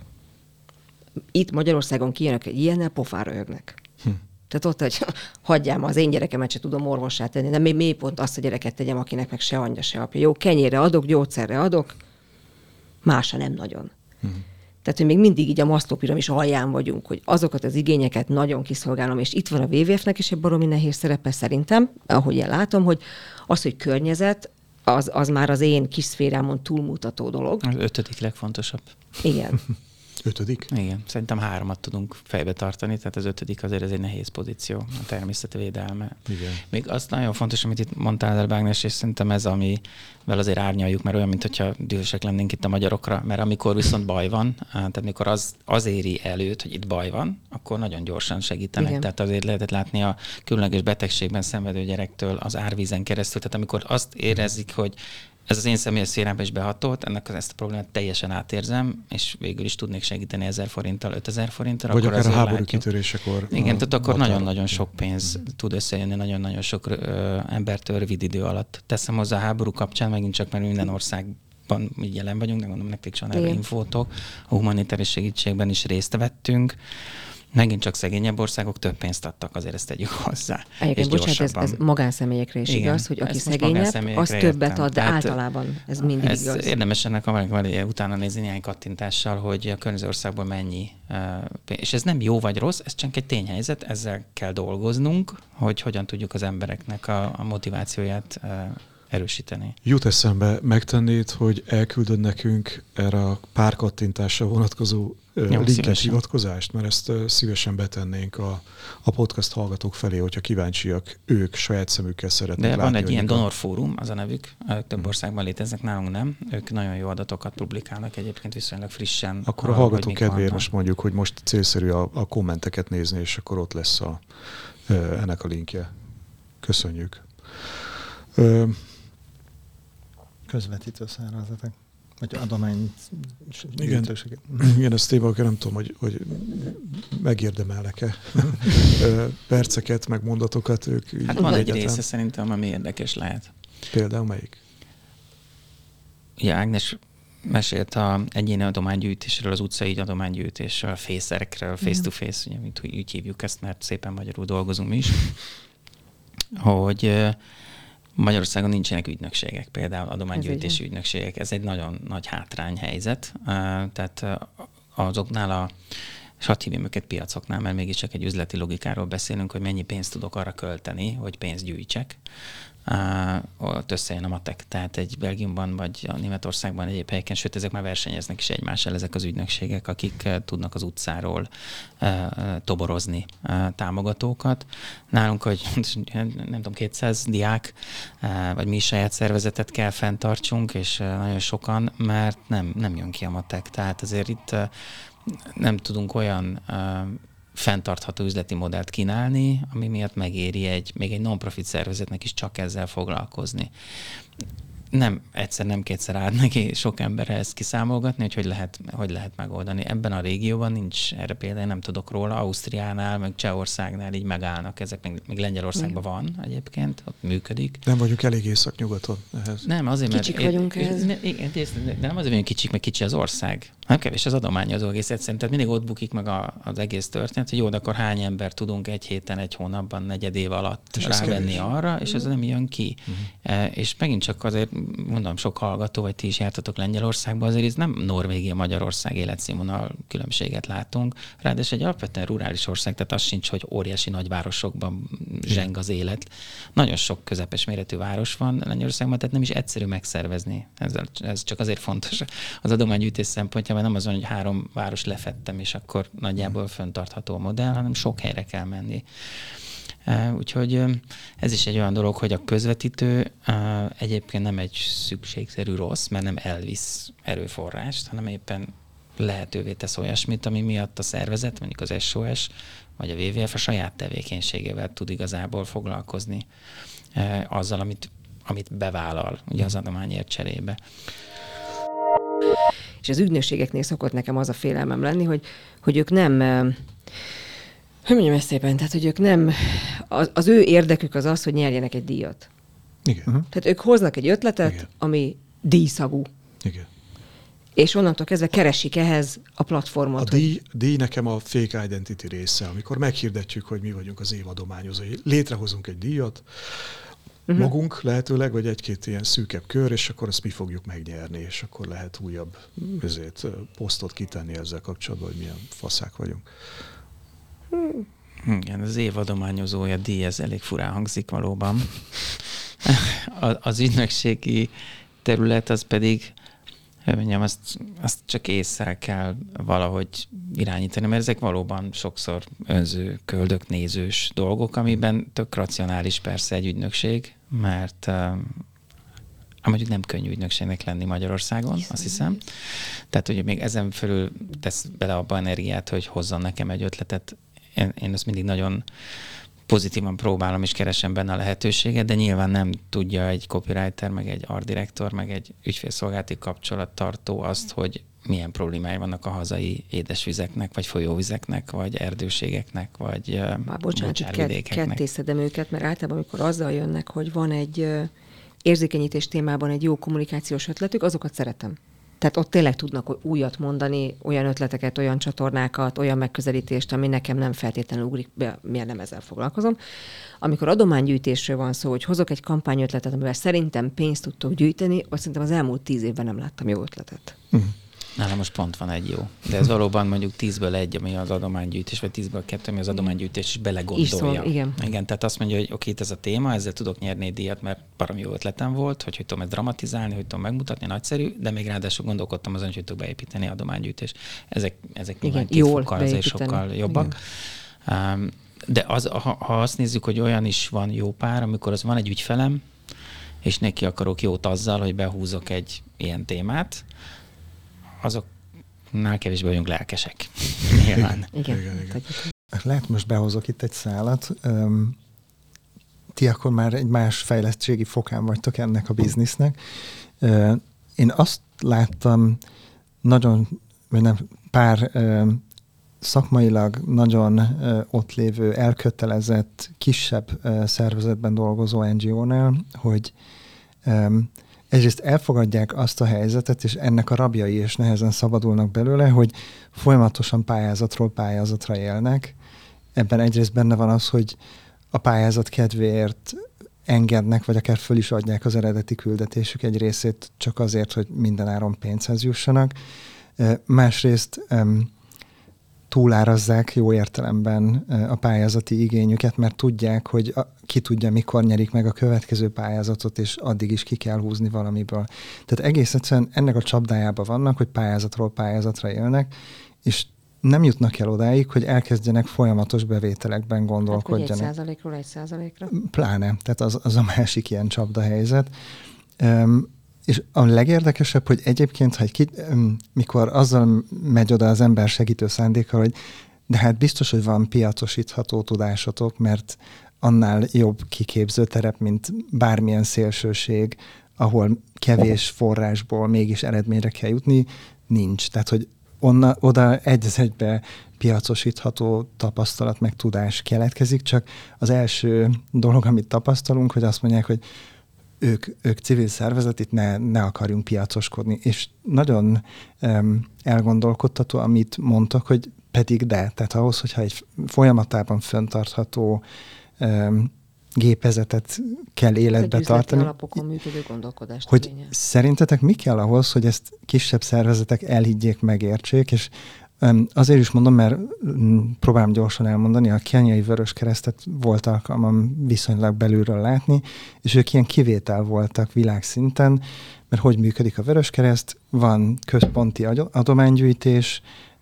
Itt Magyarországon kijönnek egy ilyennel, pofára röhögnek. Hm. Tehát ott, hogy hagyjám, az én gyerekemet se tudom orvossá tenni, de még mély pont azt a gyereket tegyem, akinek meg se anyja, se apja. Jó, kenyérre adok, gyógyszerre adok, másra nem nagyon. Hm. Tehát, hogy még mindig így a Maslow piramis alján vagyunk, hogy azokat az igényeket nagyon kiszolgálom, és itt van a vé vé ef-nek is egy baromi nehéz szerepe szerintem, ahogy én látom, hogy az, hogy környezet, az, az már az én kis szférámon túlmutató dolog. Az ötödik legfontosabb. Igen. Ötödik? Igen, szerintem háromat tudunk fejbe tartani, tehát az ötödik azért ez egy nehéz pozíció, a természetvédelme. Igen. Még az nagyon fontos, amit itt mondtál el, Bágnes, és szerintem ez, amivel azért árnyaljuk, mert olyan, mintha dühösek lennénk itt a magyarokra, mert amikor viszont baj van, tehát mikor az, az éri előtt, hogy itt baj van, akkor nagyon gyorsan segítenek. Igen. Tehát azért lehetett látni a különleges betegségben szenvedő gyerektől az árvízen keresztül, tehát amikor azt érezik, hogy ez az én személyes szférámba is behatolt, ennek ezt a problémát teljesen átérzem, és végül is tudnék segíteni ezer forinttal, ötezer forinttal. Vagy akkor akár a háború látjuk, kitörésekor. igen, tehát akkor határ... nagyon-nagyon sok pénz mm. tud összejönni, nagyon-nagyon sok ö, embertől rövid idő alatt. Teszem hozzá a háború kapcsán, megint csak, mert minden országban így jelen vagyunk, de gondolom nektek sem erre infótok. A humanitárius segítségben is részt vettünk. Megint csak szegényebb országok több pénzt adtak, azért ezt tegyük hozzá. Egyébként, bocsánat, ez, ez magánszemélyekre is igen, igaz, hogy aki szegényebb, az többet értem. ad, de tehát általában ez mindig ez igaz. Érdemes ennek valami utána nézni néhány kattintással, hogy a környező országból mennyi. És ez nem jó vagy rossz, ez csak egy tényhelyzet, ezzel kell dolgoznunk, hogy hogyan tudjuk az embereknek a, a motivációját erősíteni. Jut eszembe, megtennéd, hogy elküldöd nekünk erre a pár kattintásra vonatkozó Jó, linket, hivatkozást, mert ezt szívesen betennénk a, a podcast hallgatók felé, hogyha kíváncsiak, ők saját szemükkel szeretnék De látni. van egy ilyen donor fórum, az a nevük, több országban léteznek, nálunk nem. Ők nagyon jó adatokat publikálnak, egyébként viszonylag frissen. Akkor a hallgató kedvéért most mondjuk, hogy most célszerű a, a kommenteket nézni, és akkor ott lesz a, ennek a linkje. Köszönjük. Közvetítő szervezetek. Vagy adomány... Igen, igen, ezt téma, nem tudom, hogy, hogy megérdemelnek-e perceket, meg mondatokat. Ők hát van egy része szerintem, ami érdekes lehet. Például melyik? Ja, Ágnes mesélt a egyéni adománygyűjtésről, az utcai adománygyűjtésről, a fészerekről, face-to-face, ugye, mint úgy hívjuk ezt, mert szépen magyarul dolgozunk mi is, hogy Magyarországon nincsenek ügynökségek, például adománygyűjtési ügynökségek. Ez egy nagyon nagy hátrányhelyzet. Tehát azoknál a, és hadd hívjam őket piacoknál, mert mégiscsak egy üzleti logikáról beszélünk, hogy mennyi pénzt tudok arra költeni, hogy pénzt gyűjtsek. Ott összejön a matek. Tehát egy Belgiumban vagy a Németországban egyéb helyeken, sőt, ezek már versenyeznek is egymással, ezek az ügynökségek, akik tudnak az utcáról toborozni támogatókat. Nálunk, hogy nem tudom, kétszáz diák, vagy mi saját szervezetet kell fenntartsunk, és nagyon sokan, mert nem, nem jön ki a matek. Tehát azért itt nem tudunk olyan fenntartható üzleti modellt kínálni, ami miatt megéri egy, még egy non-profit szervezetnek is csak ezzel foglalkozni. Nem egyszer, nem kétszer áll neki sok emberre ezt kiszámolgatni, hogy hogy lehet, hogy lehet megoldani. Ebben a régióban nincs erre például, nem tudok róla, Ausztriánál, meg Csehországnál így megállnak, ezek még, még Lengyelországban van egyébként, ott működik. Nem vagyunk elég északnyugaton ehhez. Nem, azért, mert... Kicsik vagyunk ehhez. Ne, igen, de nem azért vagyunk kicsik, meg kicsi az ország. Nem kevés az adományozó egész egyszerűen. Tehát mindig ott bukik meg a, az egész történet, hogy jó, de akkor hány ember tudunk egy héten, egy hónapban, negyed év alatt és rávenni arra, és ez nem jön ki. Uh-huh. E, és megint csak azért, mondom, sok hallgató, vagy ti is jártatok Lengyelországba, azért ez nem Norvégia, Magyarország életszínvonal különbséget látunk. Ráadásul egy alapvetően rurális ország, tehát az sincs, hogy óriási nagyvárosokban zseng az élet. Nagyon sok közepes méretű város van Lengyelországban, tehát nem is egyszerű megszervezni. Ez, ez csak azért fontos az adománygyűjtés szempontjából, nem az van, hogy három város lefettem, és akkor nagyjából fenntartható a modell, hanem sok helyre kell menni. Úgyhogy ez is egy olyan dolog, hogy a közvetítő egyébként nem egy szükségszerű rossz, mert nem elvisz erőforrást, hanem éppen lehetővé tesz olyasmit, ami miatt a szervezet, mondjuk az es o es vagy a dupla vé vé ef a saját tevékenységével tud igazából foglalkozni azzal, amit, amit bevállal ugye az adományért cserébe. És az ügynökségeknél szokott nekem az a félelmem lenni, hogy, hogy ők nem, hogy mondjam ezt szépen, tehát hogy ők nem, az, az ő érdekük az az, hogy nyerjenek egy díjat. Igen. Uh-huh. Tehát ők hoznak egy ötletet, igen, ami díjszagú. Igen. És onnantól kezdve keresik ehhez a platformot. A díj, díj nekem a fake identity része, amikor meghirdetjük, hogy mi vagyunk az évadományozói. Létrehozunk egy díjat, uh-huh, magunk lehetőleg, vagy egy-két ilyen szűkebb kör, és akkor azt mi fogjuk megnyerni, és akkor lehet újabb ezért, posztot kitenni ezzel kapcsolatban, hogy milyen faszák vagyunk. Igen, az évadományozója díj, ez elég furán hangzik valóban. Az ügynökségi terület az pedig, mondjam, azt, azt csak észre kell valahogy irányítani, mert ezek valóban sokszor önző, köldöknézős dolgok, amiben tök racionális persze egy ügynökség, mert uh, mondjuk nem könnyű ügynökségnek lenni Magyarországon, azt hiszem. Tehát, hogy még ezen fölül tesz bele abba energiát, hogy hozzon nekem egy ötletet. Én, én ezt mindig nagyon pozitívan próbálom és keresem benne a lehetőséget, de nyilván nem tudja egy copywriter, meg egy art director, meg egy ügyfélszolgálati kapcsolattartó azt, hogy milyen problémái vannak a hazai édesvizeknek, vagy folyóvizeknek, vagy erdőségeknek, vagy Már bocsánat, mocsárvidékeknek. kettészedem őket, mert általában, amikor azzal jönnek, hogy van egy érzékenyítés témában egy jó kommunikációs ötletük, azokat szeretem. Tehát ott tényleg tudnak újat mondani, olyan ötleteket, olyan csatornákat, olyan megközelítést, ami nekem nem feltétlenül ugrik be, miért nem ezzel foglalkozom. Amikor adománygyűjtésről van szó, hogy hozok egy kampányötletet, amivel szerintem pénzt tudtok gyűjteni, azt szerintem az elmúlt tíz évben nem láttam jó ötletet. Uh-huh. Nálam most pont van egy jó. De ez valóban mondjuk tízből egy, ami az adománygyűjtés, vagy tízből kettő, ami az adománygyűjtés is belegondolja. Iszol, igen. igen. Tehát azt mondja, hogy oké, ez a téma, ezzel tudok nyerni egy díjat, mert baromi jó ötletem volt, hogy hogy tudom ezt dramatizálni, hogy tudom megmutatni, nagyszerű, de még ráadásul gondolkodtam azon, hogy tudok beépíteni adománygyűjtést. Ezek, ezek igen, két fokkal azért sokkal jobbak. Um, de az, ha, ha azt nézzük, hogy olyan is van jó pár, amikor az van egy ügyfelem, és neki akarok jót azzal, hogy behúzok egy ilyen témát, azoknál kevésbé vagyunk lelkesek. Nyilván. Igen. Igen, igen. Lehet, most behozok itt egy szálat. Um, ti akkor már egy más fejlettségi fokán vagytok ennek a biznisznek. Uh, én azt láttam nagyon, vagy nem, pár uh, szakmailag nagyon uh, ott lévő, elkötelezett, kisebb uh, szervezetben dolgozó en gé ó-nál, hogy um, egyrészt elfogadják azt a helyzetet, és ennek a rabjai és nehezen szabadulnak belőle, hogy folyamatosan pályázatról pályázatra élnek. Ebben egyrészt benne van az, hogy a pályázat kedvéért engednek, vagy akár föl is adják az eredeti küldetésük egy részét csak azért, hogy mindenáron pénzhez jussanak. Másrészt túlárazzák jó értelemben a pályázati igényüket, mert tudják, hogy a, ki tudja, mikor nyerik meg a következő pályázatot, és addig is ki kell húzni valamiből. Tehát egész egyszerűen ennek a csapdájában vannak, hogy pályázatról pályázatra élnek, és nem jutnak el odáig, hogy elkezdjenek folyamatos bevételekben gondolkodjanak. Hát, hogy egy százalékról egy százalékra? Pláne, tehát az, az a másik ilyen csapdahelyzet. Um, És a legérdekesebb, hogy egyébként, ha egy ki, mikor azzal megy oda az ember segítő szándékkal, hogy de hát biztos, hogy van piacosítható tudásotok, mert annál jobb kiképző terep, mint bármilyen szélsőség, ahol kevés forrásból mégis eredményre kell jutni, nincs. Tehát, hogy onna, oda egy az egybe piacosítható tapasztalat meg tudás keletkezik, csak az első dolog, amit tapasztalunk, hogy azt mondják, hogy Ők, ők civil szervezet, itt ne, ne akarjunk piacoskodni. És nagyon um, elgondolkodtató, amit mondtak, hogy pedig de. Tehát ahhoz, hogyha egy folyamatában fenntartható um, gépezetet kell életbe tartani. Alapokon működő gondolkodást. Hogy igényel. Szerintetek mi kell ahhoz, hogy ezt kisebb szervezetek elhiggyék, megértsék, és um, azért is mondom, mert um, próbálom gyorsan elmondani, a kenyai Vöröskeresztet volt alkalmam viszonylag belülről látni, és ők ilyen kivétel voltak világszinten, mert hogy működik a Vöröskereszt, van központi adománygyűjtés,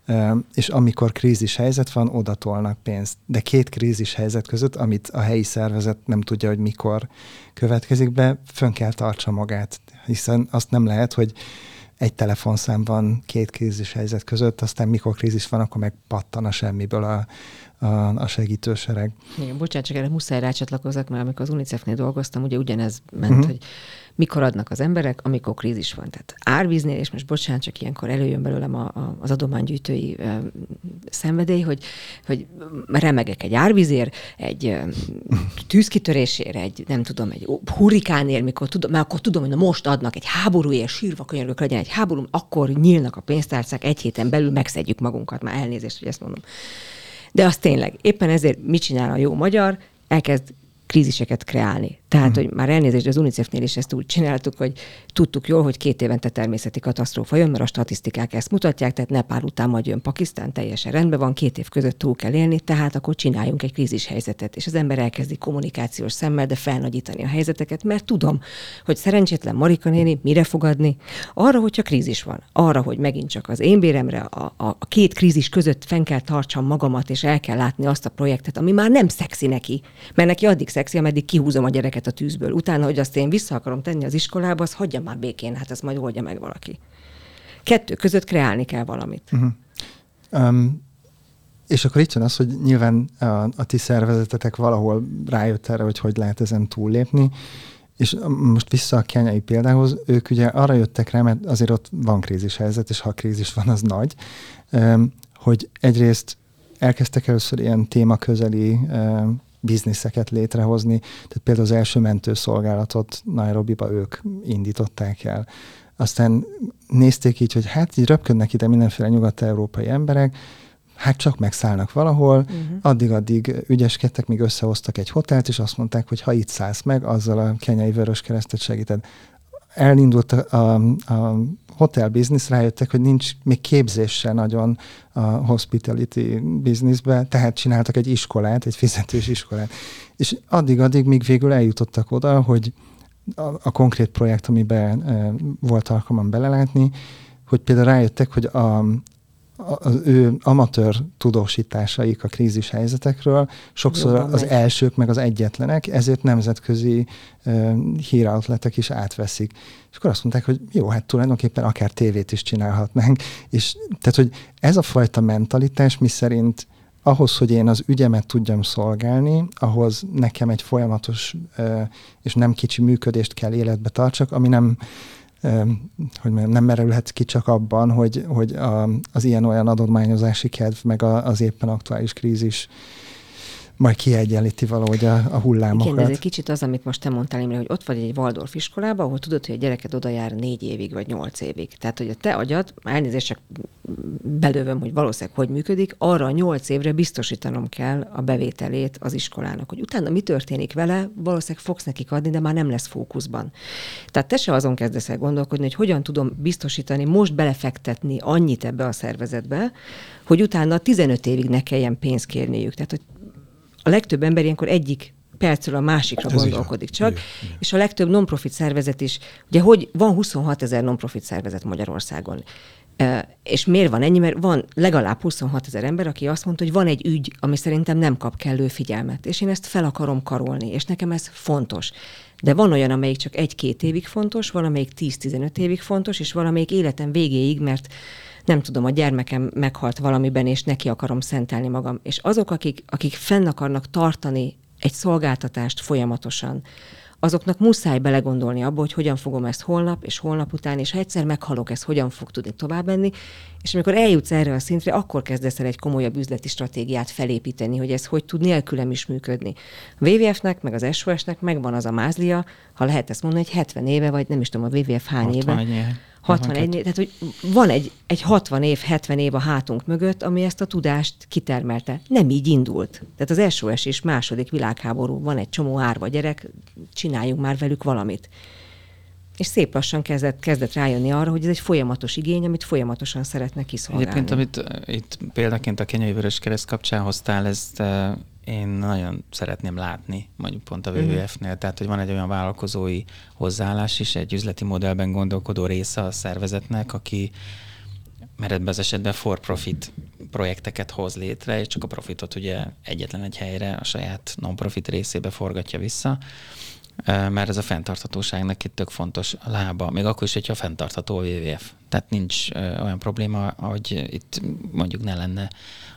és amikor krízis helyzet van, oda tolnak pénzt. De két krízis helyzet között, amit a helyi szervezet nem tudja, hogy mikor következik be, fönn kell tartsa magát, hiszen azt nem lehet, hogy egy telefonszám van két krízis helyzet között, aztán mikor krízis van, akkor meg pattan a semmiből a, a, a segítősereg. Igen, bocsánat, csak erre muszáj rácsatlakozzak, mert amikor az UNICEF-nél dolgoztam, ugye ugyanez ment, uh-huh. hogy mikor adnak az emberek, amikor krízis van. Tehát árvíznél, és most bocsánat, csak ilyenkor előjön belőlem a, a, az adománygyűjtői ö, szenvedély, hogy, hogy remegek egy árvízért, egy ö, tűzkitörésért, egy nem tudom, egy hurrikánért, mikor tudom, mert akkor tudom, hogy na most adnak egy háborúért, sírva könyörgök, legyen egy háború, akkor nyílnak a pénztárcák, egy héten belül megszedjük magunkat, már elnézést, hogy ezt mondom. De az tényleg, éppen ezért mit csinál a jó magyar? Elkezd kríziseket kreálni. Tehát, hmm. hogy már elnézést, az UNICEF-nél is ezt úgy csináltuk, hogy tudtuk jól, hogy két évente természeti katasztrófa jön, mert a statisztikák ezt mutatják, tehát Nepál után majd jön Pakisztán, teljesen rendben van, két év között túl kell élni, tehát akkor csináljunk egy krízis helyzetet. És az ember elkezdi kommunikációs szemmel, de felnagyítani a helyzeteket, mert tudom, hogy szerencsétlen Marika néni mire fog adni? Arra, hogyha krízis van. Arra, hogy megint csak az én béremre, a, a, a két krízis között fenn kell tartsam magamat, és el kell látni azt a projektet, ami már nem szexi neki, mert neki addig szexi, ameddig kihúzom a gyereket a tűzből. Utána, hogy azt én vissza akarom tenni az iskolába, az hagyja már békén, hát ezt majd oldja meg valaki. Kettő között kreálni kell valamit. Uh-huh. Um, És akkor itt jön az, hogy nyilván a, a ti szervezetetek valahol rájött erre, hogy hogy lehet ezen túllépni, és most vissza a kenyai példához, ők ugye arra jöttek rá, mert azért ott van krízis helyzet, és ha krízis van, az nagy, hogy egyrészt elkezdtek először ilyen témaközeli bizniszeket létrehozni, tehát például az első mentőszolgálatot Nairobiba ők indították el. Aztán nézték így, hogy hát így röpködnek ide mindenféle nyugat-európai emberek, hát csak megszállnak valahol, uh-huh. addig-addig ügyeskedtek, míg összehoztak egy hotelt, és azt mondták, hogy ha itt szállsz meg, azzal a kenyai Vöröskeresztet segíted. Elindult a, a, a hotel biznisz, rájöttek, hogy nincs még képzése nagyon a hospitality bizniszbe, tehát csináltak egy iskolát, egy fizetős iskolát. És addig-addig, míg végül eljutottak oda, hogy a, a konkrét projekt, amiben e, volt alkalmam belelátni, hogy például rájöttek, hogy a az ő amatőr tudósításaik a krízis helyzetekről sokszor jobban az megy. Elsők, meg az egyetlenek, ezért nemzetközi uh, híroutletek is átveszik. És akkor azt mondták, hogy jó, hát tulajdonképpen akár tévét is csinálhatnánk. És tehát, hogy ez a fajta mentalitás, mi szerint ahhoz, hogy én az ügyemet tudjam szolgálni, ahhoz nekem egy folyamatos uh, és nem kicsi működést kell életbe tartsak, ami nem hogy nem merülhet ki csak abban, hogy, hogy a, az ilyen-olyan adományozási kedv, meg a, az éppen aktuális krízis majd kiegyenlíti valahogy a, a hullámokat. Igen, ez egy kicsit az, amit most te mondtál, Imre, hogy ott vagy egy Waldorf iskolába, ahol tudod, hogy a gyereked oda jár négy évig, vagy nyolc évig. Tehát, hogy a te agyad, elnézést csak belővöm, hogy valószínűleg hogy működik, arra a nyolc évre biztosítanom kell a bevételét az iskolának. Hogy utána mi történik vele, valószínűleg fogsz nekik adni, de már nem lesz fókuszban. Tehát te se azon kezdesz el gondolkodni, hogy hogyan tudom biztosítani, most belefektetni annyit ebbe a szervezetbe, hogy utána tizenöt évig ne kelljen pénzt kérniük. Tehát, hogy a legtöbb ember ilyenkor egyik percről a másikra ez gondolkodik csak, igen, igen. És a legtöbb non-profit szervezet is, ugye hogy van huszonhat ezer non-profit szervezet Magyarországon. E, és miért van ennyi? Mert van legalább huszonhat ezer ember, aki azt mondta, hogy van egy ügy, ami szerintem nem kap kellő figyelmet, és én ezt fel akarom karolni, és nekem ez fontos. De van olyan, amelyik csak egy-két évig fontos, van, amelyik tíz-tizenöt évig fontos, és van, amelyik életem végéig, mert nem tudom, a gyermekem meghalt valamiben, és neki akarom szentelni magam. És azok, akik, akik fenn akarnak tartani egy szolgáltatást folyamatosan, azoknak muszáj belegondolni abba, hogy hogyan fogom ezt holnap és holnap után, és ha egyszer meghalok, ez hogyan fog tudni tovább menni, és amikor eljutsz erre a szintre, akkor kezdesz el egy komolyabb üzleti stratégiát felépíteni, hogy ez hogy tud nélkülem is működni. A vé vé ef-nek, meg az es o es-nek megvan az a mázlia, ha lehet ezt mondani, hogy hetven éve, vagy nem is tudom, a vé vé ef hány éve. hatvanegy, tehát hogy van egy, egy hatvan év, hetven év a hátunk mögött, ami ezt a tudást kitermelte. Nem így indult. Tehát az es o es is második világháború, van egy csomó árva gyerek, csináljunk már velük valamit. És szép lassan kezdett, kezdett rájönni arra, hogy ez egy folyamatos igény, amit folyamatosan szeretne kiszolgálni. Egyébként, amit itt példaként a Kenyai Vöröskereszt kapcsán hoztál, ezt én nagyon szeretném látni, mondjuk pont a vé vé ef-nél. Uh-huh. Tehát, hogy van egy olyan vállalkozói hozzáállás is, egy üzleti modellben gondolkodó része a szervezetnek, aki mert ebben az esetben for-profit projekteket hoz létre, és csak a profitot ugye egyetlen egy helyre, a saját non-profit részébe forgatja vissza, mert ez a fenntarthatóságnak itt tök fontos lába, még akkor is, hogyha fenntartható a vé vé ef. Tehát nincs olyan probléma, hogy itt mondjuk ne lenne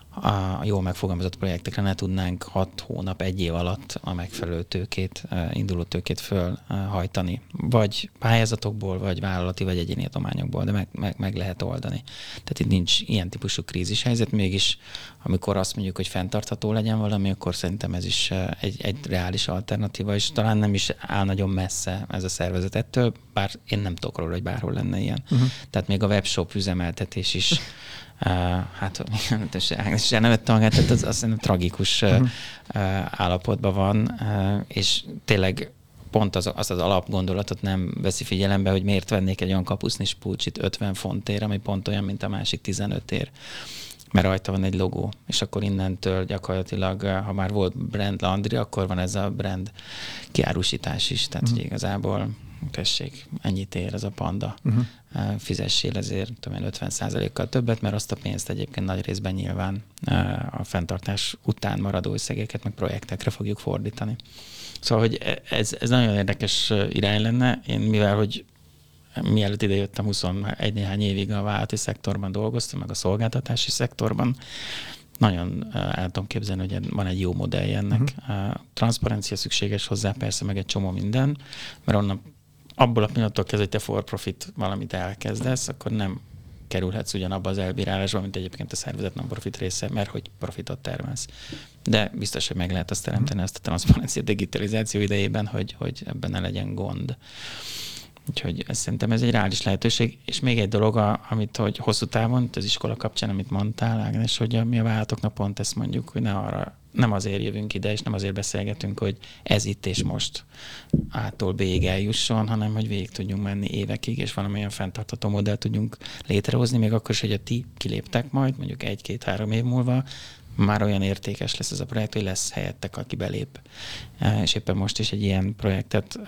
a jól megfogalmazott projektekre ne tudnánk hat hónap, egy év alatt a megfelelő tőkét, induló tőkét fölhajtani. Vagy pályázatokból, vagy vállalati, vagy egyéni adományokból, de meg, meg, meg lehet oldani. Tehát itt nincs ilyen típusú krízis helyzet, mégis amikor azt mondjuk, hogy fenntartható legyen valami, akkor szerintem ez is egy, egy reális alternatíva, és talán nem is áll nagyon messze ez a szervezet ettől, bár én nem tudok róla, hogy bárhol lenne ilyen. Uh-huh. Tehát még a webshop üzemeltetés is Uh, hát és elnevette magát, tehát az, az tragikus uh, uh, állapotban van, uh, és tényleg pont az, az az alapgondolatot nem veszi figyelembe, hogy miért vennék egy olyan kapusznis pulcsit ötven fontért, ami pont olyan, mint a másik tizenötért, mert rajta van egy logó, és akkor innentől gyakorlatilag, ha már volt brand Landry, akkor van ez a brand kiárusítás is, tehát uh-huh. igazából tessék, ennyit ér ez a panda. Uh-huh. Fizessél ezért tudom én, ötven százalékkal többet, mert azt a pénzt egyébként nagy részben nyilván a fenntartás után maradó összegeket, meg projektekre fogjuk fordítani. Szóval, hogy ez, ez nagyon érdekes irány lenne. Én mivel, hogy mielőtt idejöttem huszonegy néhány évig a vállalati szektorban dolgoztam, meg a szolgáltatási szektorban, nagyon el tudom képzelni, hogy van egy jó modellje ennek. Uh-huh. Transzparencia szükséges hozzá, persze, meg egy csomó minden, mert onnan abból a pillanattól kezdve, hogy te for profit valamit elkezdesz, akkor nem kerülhetsz ugyanabba az elbírálásba, mint egyébként a szervezet non-profit része, mert hogy profitot termelsz. De biztos, hogy meg lehet azt teremteni, ezt a transzparencia digitalizáció idejében, hogy, hogy ebben ne legyen gond. Úgyhogy ezt szerintem ez egy reális lehetőség. És még egy dolog, amit hogy hosszú távon, az iskola kapcsán, amit mondtál, Ágnes, hogy a, mi a vállalatoknak pont ezt mondjuk, hogy ne arra, nem azért jövünk ide, és nem azért beszélgetünk, hogy ez itt és most A-tól B-ig eljusson, hanem hogy végig tudjunk menni évekig, és valamilyen fenntartható modellt tudjunk létrehozni, még akkor is, hogy a ti kiléptek majd, mondjuk egy-két-három év múlva, már olyan értékes lesz ez a projekt, hogy lesz helyettek, aki belép. És éppen most is egy ilyen projektet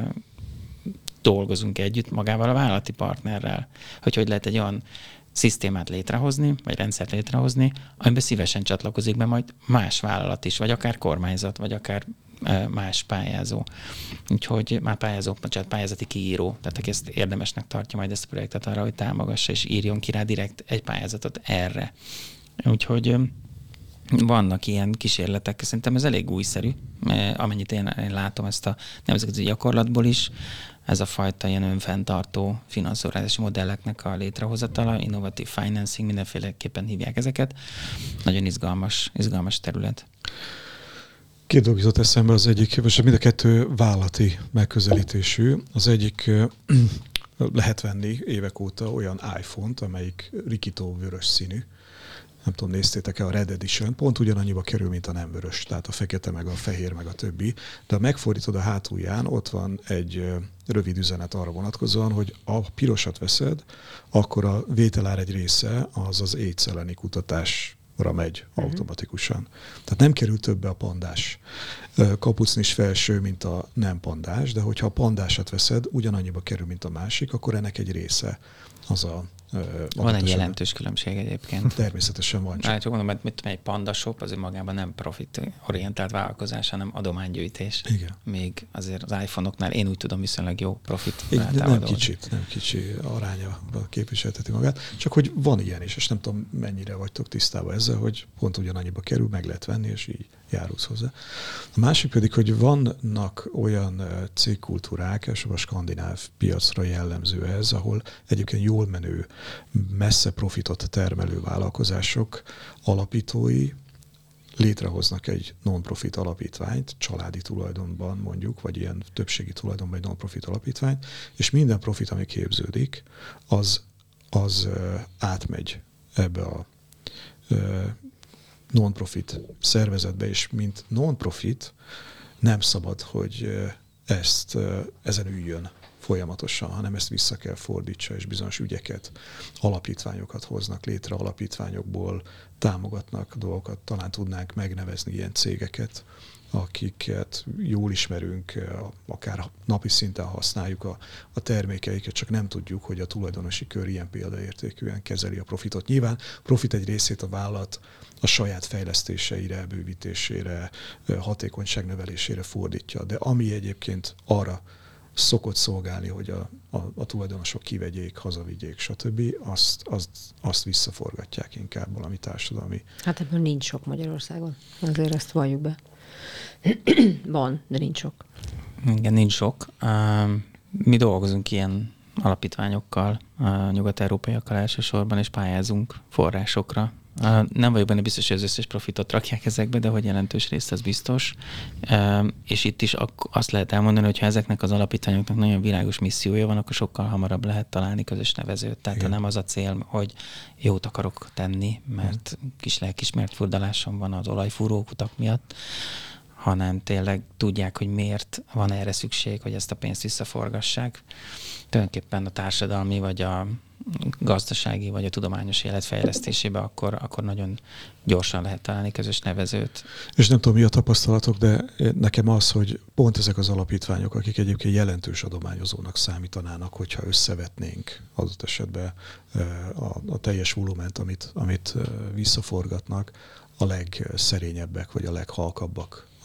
dolgozunk együtt magával a vállalati partnerrel, hogy hogy lehet egy olyan szisztémát létrehozni, vagy rendszert létrehozni, amiben szívesen csatlakozik be majd más vállalat is, vagy akár kormányzat, vagy akár más pályázó. Úgyhogy már pályázó, bocsánat, pályázati kiíró, tehát aki ezt érdemesnek tartja majd ezt a projektet arra, hogy támogassa, és írjon ki rá direkt egy pályázatot erre. Úgyhogy vannak ilyen kísérletek, szerintem ez elég újszerű, amennyit én, én látom ezt a nemzetközi gyakorlatból is, ez a fajta ilyen önfenntartó finanszírozási modelleknek a létrehozatala, innovatív financing, mindenféleképpen hívják ezeket. Nagyon izgalmas, izgalmas terület. Két dolog jutott eszembe, az egyik, most mind a kettő vállalati megközelítésű. Az egyik lehet venni évek óta olyan iPhone-t, amelyik rikító vörös színű. Nem tudom, néztétek-e a Red Edition, pont ugyanannyiba kerül, mint a nem vörös, tehát a fekete, meg a fehér, meg a többi. De ha megfordítod a hátulján, ott van egy rövid üzenet arra vonatkozóan, hogy a pirosat veszed, akkor a vételár egy része az az AIDS elleni kutatásra megy uh-huh. automatikusan. Tehát nem kerül többe a pandás kapucnis felső, mint a nem pandás, de hogyha a pandásat veszed, ugyanannyiba kerül, mint a másik, akkor ennek egy része az a van egy jelentős különbség egyébként. Természetesen van. Csak, csak mondom, mert egy Panda Shop az önmagában nem profit-orientált vállalkozás, hanem adománygyűjtés. Igen. Még azért az iPhone-oknál én úgy tudom viszonylag jó profit. Nem kicsit, nem kicsi aránya képviselteti magát, csak hogy van ilyen is, és nem tudom mennyire vagytok tisztában ezzel, hogy pont ugyanannyiba kerül, meg lehet venni, és így járulsz hozzá. A másik pedig, hogy vannak olyan cégkultúrák, és a skandináv piacra jellemző ez, ahol egyébként jól menő, messze profitot termelő vállalkozások alapítói létrehoznak egy non-profit alapítványt, családi tulajdonban mondjuk, vagy ilyen többségi tulajdonban egy non-profit alapítványt, és minden profit, ami képződik, az, az átmegy ebbe a non-profit szervezetbe, és mint non-profit nem szabad, hogy ezt ezen üljön folyamatosan, hanem ezt vissza kell fordítsa, és bizonyos ügyeket, alapítványokat hoznak létre, alapítványokból támogatnak dolgokat, talán tudnánk megnevezni ilyen cégeket, akiket jól ismerünk, akár napi szinten használjuk a, a termékeiket, csak nem tudjuk, hogy a tulajdonosi kör ilyen példaértékűen kezeli a profitot. Nyilván profit egy részét a vállalat a saját fejlesztéseire, bővítésére, hatékonyság növelésére fordítja, de ami egyébként arra szokott szolgálni, hogy a, a, a tulajdonosok kivegyék, hazavigyék, stb., azt, azt, azt visszaforgatják inkább valami társadalmi. Hát ebből nincs sok Magyarországon, azért ezt valljuk be. Van, de nincs sok. Igen, nincs sok. Mi dolgozunk ilyen alapítványokkal, nyugat-európaiakkal elsősorban, és pályázunk forrásokra. Nem vagyok benne biztos, hogy az összes profitot rakják ezekbe, de hogy jelentős részt ez biztos. És itt is azt lehet elmondani, hogy ha ezeknek az alapítványoknak nagyon világos missziója van, akkor sokkal hamarabb lehet találni közös nevezőt. Tehát ha nem az a cél, hogy jót akarok tenni, mert kis lelkismert furdalásom van az olajfúrókutak miatt, hanem tényleg tudják, hogy miért van erre szükség, hogy ezt a pénzt visszaforgassák. Tulajdonképpen a társadalmi, vagy a gazdasági, vagy a tudományos élet fejlesztésébe, akkor, akkor nagyon gyorsan lehet találni közös nevezőt. És nem tudom, mi a tapasztalatok, de nekem az, hogy pont ezek az alapítványok, akik egyébként jelentős adományozónak számítanának, hogyha összevetnénk adott esetben a, a teljes volument, amit, amit visszaforgatnak, a legszerényebbek, vagy a leghalkabbak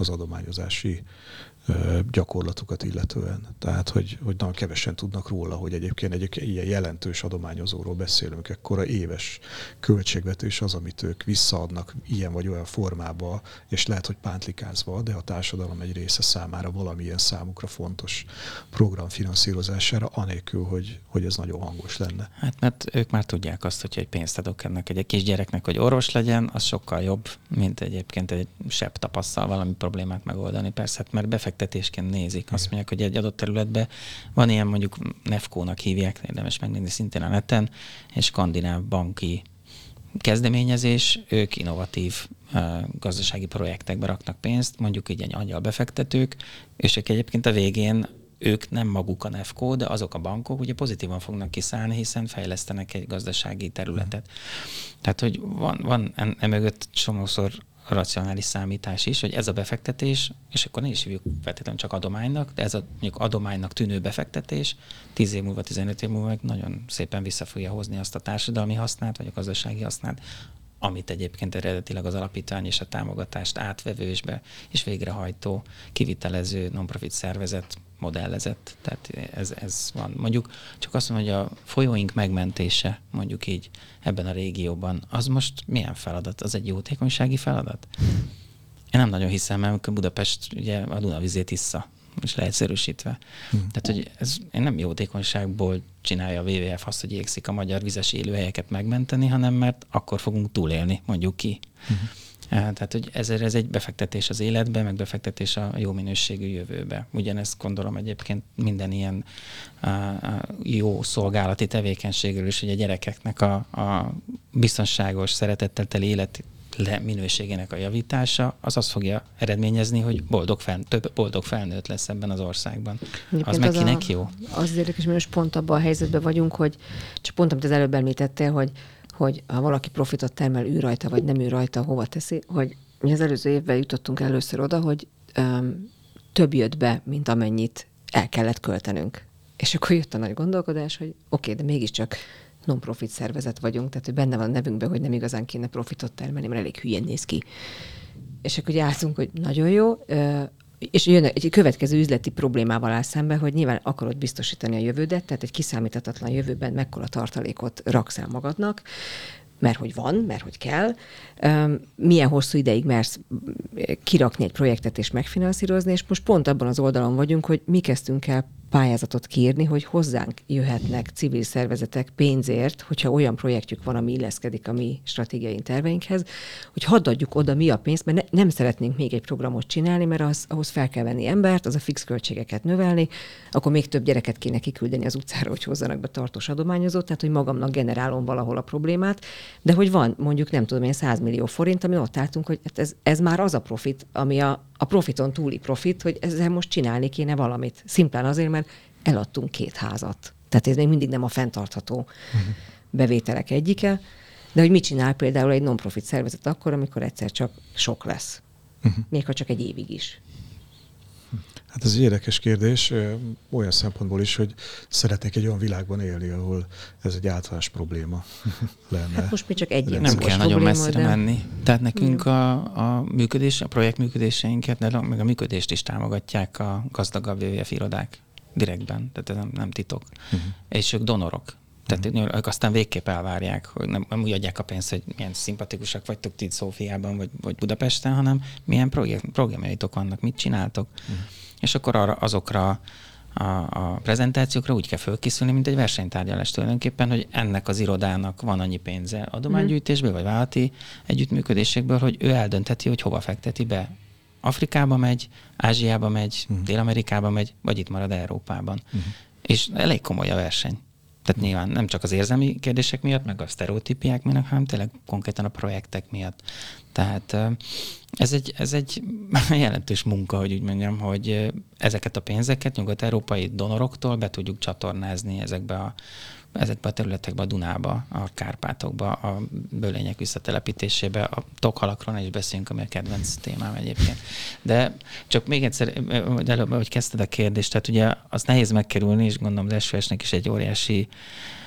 az adományozási gyakorlatukat illetően. Tehát, hogy, hogy nagyon kevesen tudnak róla, hogy egyébként egy ilyen jelentős adományozóról beszélünk, ekkora éves költségvetés az, amit ők visszaadnak ilyen vagy olyan formába, és lehet, hogy pántlikázva, de a társadalom egy része számára valamilyen számukra fontos program finanszírozására, anélkül, hogy, hogy ez nagyon hangos lenne. Hát mert ők már tudják azt, hogy pénzt adok ennek egy kisgyereknek, hogy orvos legyen, az sokkal jobb, mint egyébként egy sebb tapasszal valami problémát megoldani. Persze, hát mert befektetésként nézik. Azt mondják, hogy egy adott területben van ilyen, mondjuk Nefco-nak hívják, érdemes megnézni szintén a neten, és skandináv banki kezdeményezés, ők innovatív uh, gazdasági projektekbe raknak pénzt, mondjuk így egy angyal befektetők, és ők egyébként a végén ők nem maguk a Nefco, de azok a bankok ugye pozitívan fognak kiszállni, hiszen fejlesztenek egy gazdasági területet. Tehát, hogy van, van emögött somószor racionális számítás is, hogy ez a befektetés, és akkor ne is hívjuk feltétlenül csak adománynak, de ez a mondjuk adománynak tűnő befektetés tíz év múlva, tizenöt év múlva meg nagyon szépen vissza fogja hozni azt a társadalmi hasznát, vagy a gazdasági hasznát, amit egyébként eredetileg az alapítvány és a támogatást átvevő és, be, és végrehajtó, kivitelező non-profit szervezet modellezett. Tehát ez, ez van. Mondjuk csak azt mondom, hogy a folyóink megmentése, mondjuk így ebben a régióban, az most milyen feladat? Az egy jótékonysági feladat? Én nem nagyon hiszem, mert Budapest ugye a Dunavizét issza, és leegyszerűsítve. Hmm. Tehát, hogy ez én nem jótékonyságból csinálja a dupla vé vé ef azt, hogy égszik a magyar vizes élőhelyeket megmenteni, hanem mert akkor fogunk túlélni, mondjuk ki. Hmm. Tehát, hogy ez, ez egy befektetés az életbe, meg befektetés a jó minőségű jövőbe. Ugyanezt gondolom egyébként minden ilyen a, a jó szolgálati tevékenységről is, hogy a gyerekeknek a, a biztonságos, szeretettel teli élet le minőségének a javítása, az azt fogja eredményezni, hogy boldog fel, több boldog felnőtt lesz ebben az országban. Egyébként az meg az kinek a, jó? Az érdekes, mert most pont abban a helyzetben vagyunk, hogy csak pont, amit az előbb említettél, hogy hogy ha valaki profitot termel, ő rajta, vagy nem ő rajta, hova teszi, hogy mi az előző évben jutottunk először oda, hogy öm, több jött be, mint amennyit el kellett költenünk. És akkor jött a nagy gondolkodás, hogy oké, okay, de mégiscsak non-profit szervezet vagyunk, tehát hogy benne van a nevünkben, hogy nem igazán kéne profitot termelni, mert elég hülyén néz ki. És akkor ugye álltunk, hogy nagyon jó, és jön egy következő üzleti problémával áll szembe, hogy nyilván akarod biztosítani a jövődet, tehát egy kiszámíthatatlan jövőben mekkora tartalékot raksz el magadnak, mert hogy van, mert hogy kell. Milyen hosszú ideig mersz kirakni egy projektet és megfinanszírozni, és most pont abban az oldalon vagyunk, hogy mi kezdtünk el pályázatot kiírni, hogy hozzánk jöhetnek civil szervezetek pénzért, hogyha olyan projektjük van, ami illeszkedik a mi stratégiai terveinkhez, hogy hadd adjuk oda mi a pénzt, mert ne, nem szeretnénk még egy programot csinálni, mert az, ahhoz fel kell venni embert, az a fix költségeket növelni, akkor még több gyereket kéne kiküldeni az utcára, hogy hozzanak be tartós adományozót, tehát hogy magamnak generálom valahol a problémát, de hogy van mondjuk nem tudom én száz millió forint, ami ott álltunk, hogy ez, ez már az a profit, ami a, a profiton túli profit, hogy ezzel most csinálni kéne valamit. Szimplán azért, mert eladtunk két házat. Tehát ez még mindig nem a fenntartható uh-huh. bevételek egyike, de hogy mit csinál például egy non-profit szervezet akkor, amikor egyszer csak sok lesz. Uh-huh. Még ha csak egy évig is. Hát ez egy érdekes kérdés, olyan szempontból is, hogy szeretnék egy olyan világban élni, ahol ez egy általános probléma lenne. Hát most mi csak egy ilyen nem kell nagyon probléma, messzire de... menni. Tehát nekünk a, a működés, a projekt működéseinket, meg a működést is támogatják a gazdagabb dupla vé vé ef irodák direktben, tehát ez nem, nem titok. Uh-huh. És ők donorok. Tehát uh-huh. ők aztán végképp elvárják, hogy nem, nem úgy adják a pénzt, hogy milyen szimpatikusak vagytok ti Szófiában vagy, vagy Budapesten, hanem milyen programjaitok vannak, mit csináltok. Uh-huh. És akkor arra, azokra a, a prezentációkra úgy kell fölkészülni, mint egy versenytárgyalás tulajdonképpen, hogy ennek az irodának van annyi pénze adománygyűjtésből, vagy vállalati együttműködésekből, hogy ő eldöntheti, hogy hova fekteti be. Afrikába megy, Ázsiába megy, uh-huh. Dél-Amerikába megy, vagy itt marad Európában. Uh-huh. És elég komoly a verseny. Tehát nyilván nem csak az érzelmi kérdések miatt, meg a sztereotípiák miatt, hanem tényleg konkrétan a projektek miatt. Tehát ez egy, ez egy jelentős munka, hogy úgy mondjam, hogy ezeket a pénzeket nyugat-európai donoroktól be tudjuk csatornázni ezekbe a, ezekbe a területekbe, a Dunába, a Kárpátokba, a bölények visszatelepítésébe, a tokhalakról is beszélünk, ami a kedvenc témám egyébként. De csak még egyszer, előbb, hogy kezdted a kérdést, tehát ugye az nehéz megkerülni, és gondolom az es o es-nek is egy óriási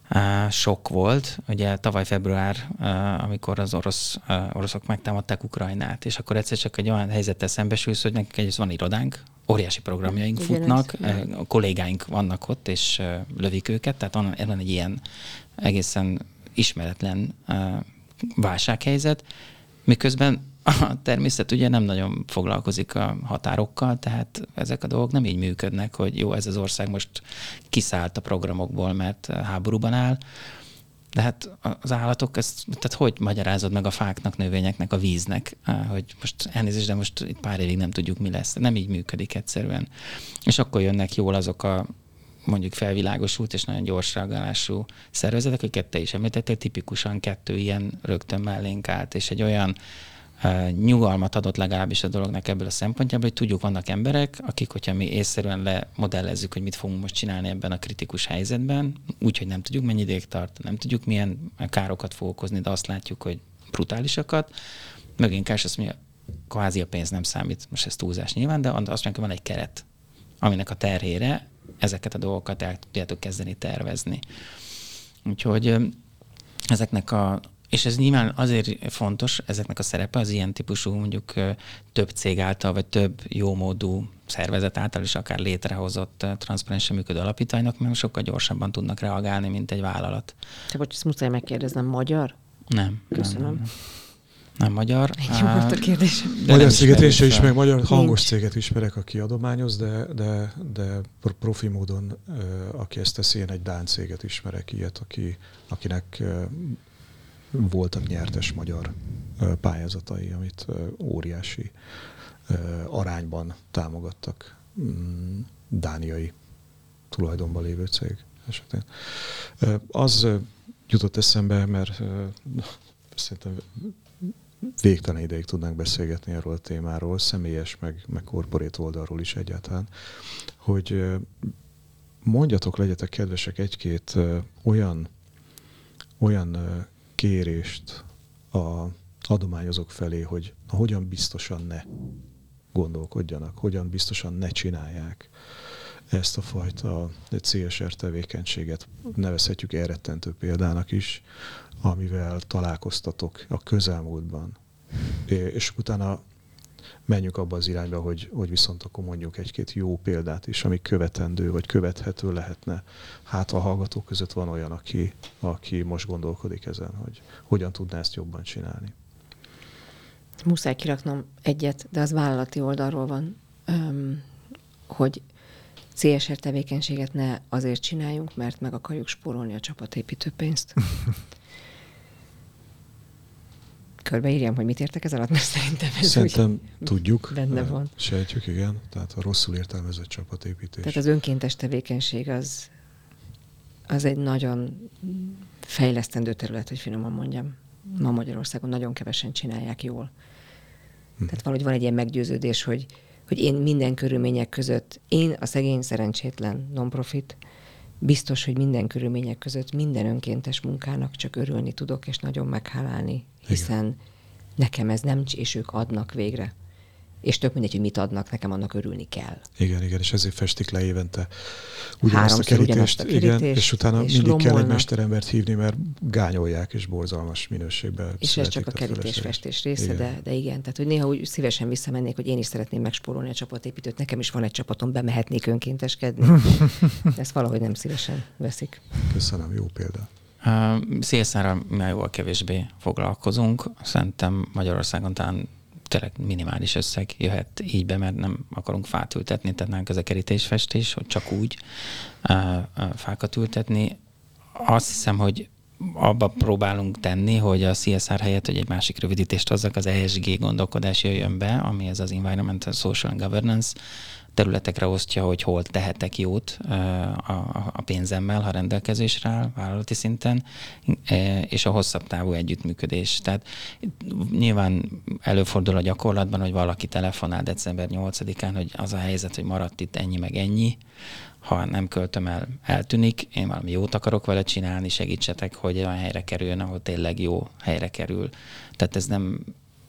sok volt. Ugye tavaly február, amikor az orosz, oroszok megtámadták Ukrajnát, és akkor egyszer csak egy olyan helyzettel szembesülsz, hogy nekünk egyrészt van irodánk, óriási programjaink Igen, futnak, ez, a kollégáink vannak ott, és lövik őket, tehát van egy ilyen egészen ismeretlen válsághelyzet, miközben a természet ugye nem nagyon foglalkozik a határokkal, tehát ezek a dolgok nem így működnek, hogy jó, ez az ország most kiszállt a programokból, mert háborúban áll, de hát az állatok, ezt, tehát hogy magyarázod meg a fáknak, növényeknek, a víznek, hogy most elnézést, de most itt pár évig nem tudjuk, mi lesz. Nem így működik egyszerűen. És akkor jönnek jól azok a mondjuk felvilágosult és nagyon gyors reagálású szervezetek, akiket te is említettél, tipikusan kettő ilyen rögtön mellénk állt, és egy olyan uh, nyugalmat adott legalábbis a dolognak ebből a szempontjából, hogy tudjuk, vannak emberek, akik, hogyha mi észszerűen lemodellezzük, hogy mit fogunk most csinálni ebben a kritikus helyzetben, úgyhogy nem tudjuk, mennyi ideig tart, nem tudjuk, milyen károkat fog okozni, de azt látjuk, hogy brutálisakat. Mögénk azt mondja, kvázi a pénz nem számít, most ez túlzás nyilván, de azt mondja, hogy van egy keret, aminek a terhére ezeket a dolgokat el tudjátok kezdeni tervezni. Úgyhogy ezeknek a, és ez nyilván azért fontos, ezeknek a szerepe az ilyen típusú mondjuk több cég által, vagy több jómódú szervezet által is akár létrehozott transzparensen működő alapítványok, mert sokkal gyorsabban tudnak reagálni, mint egy vállalat. Te bocs, ezt muszáj megkérdeznem, magyar? Nem. Köszönöm. Nem, nem. Nem magyar. Egy jó volt a kérdés. Magyar céget én sem ismerek, magyar hangos Nincs. céget ismerek, aki adományoz, de, de, de profi módon, aki ezt teszi, én egy dán céget ismerek, ilyet, aki, akinek voltak nyertes magyar pályázatai, amit óriási arányban támogattak dániai tulajdonban lévő cég esetén. Az jutott eszembe, mert szerintem végtelen ideig tudnánk beszélgetni erről a témáról, személyes, meg, meg korporét oldalról is egyáltalán, hogy mondjatok, legyetek kedvesek egy-két olyan, olyan kérést a adományozók felé, hogy na, hogyan biztosan ne gondolkodjanak, hogyan biztosan ne csinálják ezt a fajta cé es er tevékenységet. Nevezhetjük elrettentő példának is, amivel találkoztatok a közelmúltban. És utána menjünk abba az irányba, hogy, hogy viszont akkor mondjuk egy-két jó példát is, ami követendő, vagy követhető lehetne. Hát a hallgatók között van olyan, aki, aki most gondolkodik ezen, hogy hogyan tudná ezt jobban csinálni. Muszáj kiraknom egyet, de az vállalati oldalról van, öm, hogy cé es er tevékenységet ne azért csináljunk, mert meg akarjuk spórolni a csapatépítő pénzt. Körbeírjam, hogy mit értek ez alatt, mert szerintem ez Szerintem úgy tudjuk, benne van. Sejtjük, igen. Tehát a rosszul értelmezett csapatépítés. Tehát az önkéntes tevékenység az, az egy nagyon fejlesztendő terület, hogy finoman mondjam. Ma Magyarországon nagyon kevesen csinálják jól. Hm. Tehát valahogy van egy ilyen meggyőződés, hogy, hogy én minden körülmények között, én a szegény, szerencsétlen non-profit, biztos, hogy minden körülmények között minden önkéntes munkának csak örülni tudok, és nagyon meghálálni, hiszen igen. Nekem ez nem, és ők adnak végre. És tök mindegy, hogy mit adnak, nekem annak örülni kell. Igen, igen, és ezért festik le évente ugyanazt a kerítést, a kerítést, igen, és utána és mindig lomolnak. kell egy mesterembert hívni, mert gányolják, és borzalmas minőségben És ez csak a kerítésfestés része, igen. De, de igen, tehát hogy néha úgy szívesen visszamennék, hogy én is szeretném megspórolni a csapatépítőt, nekem is van egy csapatom, bemehetnék önkénteskedni. Ezt valahogy nem szívesen veszik. Köszönöm, jó példa. Uh, cé es er-rel mi jóval kevésbé foglalkozunk. Szerintem Magyarországon talán tényleg minimális összeg jöhet így be, mert nem akarunk fát ültetni, tehát nálunk ez a kerítésfestés, hogy csak úgy uh, uh, fákat ültetni. Azt hiszem, hogy abba próbálunk tenni, hogy a cé es er helyett, hogy egy másik rövidítést hozzak, az e es gé gondolkodás jöjjön be, ami ez az Environmental, Social and Governance területekre osztja, hogy hol tehetek jót a, a, a pénzemmel, ha rendelkezésre áll vállalati szinten, és a hosszabb távú együttműködés. Tehát nyilván előfordul a gyakorlatban, hogy valaki telefonál december nyolcadikán, hogy az a helyzet, hogy maradt itt ennyi meg ennyi, ha nem költöm el, eltűnik, én valami jót akarok vele csinálni, segítsetek, hogy olyan helyre kerüljön, ahol tényleg jó helyre kerül. Tehát ez nem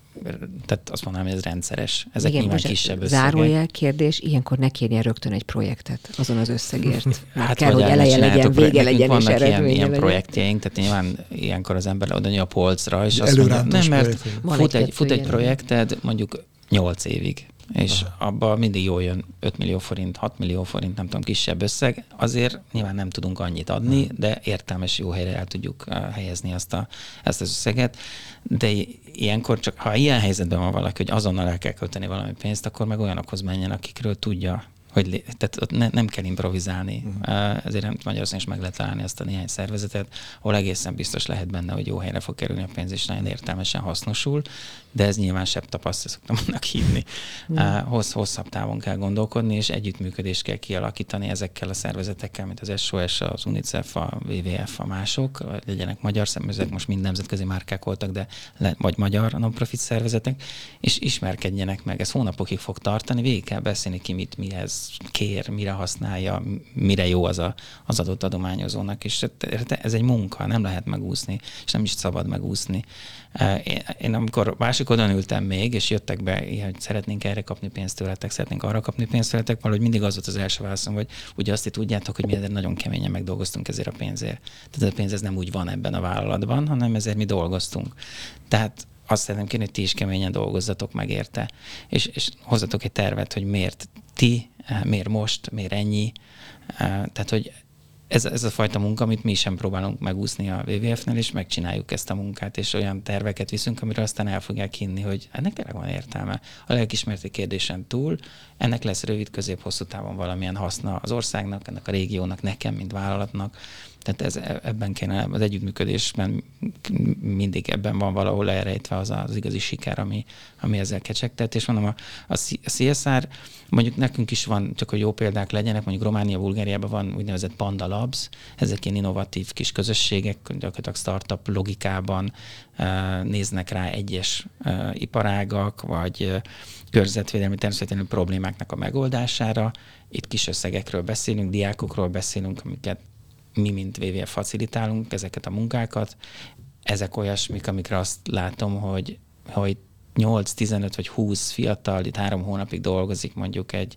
tehát azt mondanám, hogy ez rendszeres. Ezek igen, nyilván kisebb összegek. Zárójel kérdés, ilyenkor ne kérjen rögtön egy projektet azon az összegért. Mert Hát kell, hogy eleje legyen, vége legyen, és eredménye ilyen, ilyen legyen. projektjeink, tehát nyilván ilyenkor az ember oda nyúl a polcra, és azt mondja, nem, mert fut egy, egy fut egy projekted mondjuk nyolc évig, és abban mindig jól jön öt millió forint, hat millió forint, nem tudom, kisebb összeg. Azért nyilván nem tudunk annyit adni, de értelmes, jó helyre el tudjuk helyezni azt a, ezt az összeget. De ilyenkor csak, ha ilyen helyzetben van valaki, hogy azonnal el kell költeni valami pénzt, akkor meg olyanokhoz menjen, akikről tudja, hogy tehát ne, nem kell improvizálni. Uh-huh. Ezért nem Magyarországon is meg lehet találni azt a néhány szervezetet, ahol egészen biztos lehet benne, hogy jó helyre fog kerülni a pénz, és nagyon értelmesen hasznosul, de ez nyilván sebb tapasztalat, szoktam annak hívni. Uh-huh. Hossz, hosszabb távon kell gondolkodni, és együttműködést kell kialakítani ezekkel a szervezetekkel, mint az es o es, az UNICEF, a dupla vé vé ef, a mások, legyenek magyar szervezetek, most mind nemzetközi márkák voltak, de le, vagy magyar non-profit szervezetek, és ismerkedjenek meg. Ez hónapokig fog tartani, végig kell beszélni ki, mit mihez kér, mire használja, mire jó az a, az adott adományozónak, és ez egy munka, nem lehet megúszni, és nem is szabad megúszni. Én, én amikor másik oldalon ültem még, és jöttek be, hogy szeretnénk erre kapni pénzt tőletek, szeretnénk arra kapni pénzt tőletek, valahogy mindig az volt az első válaszom, hogy ugye azt tudjátok, hogy mi ezért nagyon keményen megdolgoztunk ezért a pénzért. Tehát a pénz ez nem úgy van ebben a vállalatban, hanem ezért mi dolgoztunk. Tehát azt szeretném kérni, hogy ti is keményen dolgozzatok meg érte, és, és hozzatok egy tervet, hogy miért ti, miért most, miért ennyi. Tehát, hogy ez, ez a fajta munka, amit mi sem próbálunk megúszni a dupla vé vé ef-nél, és megcsináljuk ezt a munkát, és olyan terveket viszünk, amire aztán el fogják hinni, hogy ennek tényleg van értelme. A lelkismereti kérdésen túl, ennek lesz rövid, közép, hosszú távon valamilyen haszna az országnak, ennek a régiónak, nekem, mint vállalatnak. Tehát ez, ebben kéne, az együttműködésben mindig ebben van valahol elrejtve az az igazi siker, ami, ami ezzel kecsegtet. És mondom, a, a cé es er, mondjuk nekünk is van, csak hogy jó példák legyenek, mondjuk Románia, Bulgáriában van úgynevezett Panda Labs, ezek ilyen innovatív kis közösségek, gyakorlatilag startup logikában uh, néznek rá egyes uh, iparágak, vagy uh, környezetvédelmi természetvédelmi problémáknak a megoldására. Itt kis összegekről beszélünk, diákokról beszélünk, amiket mi, mint dupla vé vé ef facilitálunk ezeket a munkákat. Ezek olyasmik, amikre azt látom, hogy, hogy nyolc, tizenöt vagy húsz fiatal itt három hónapig dolgozik mondjuk egy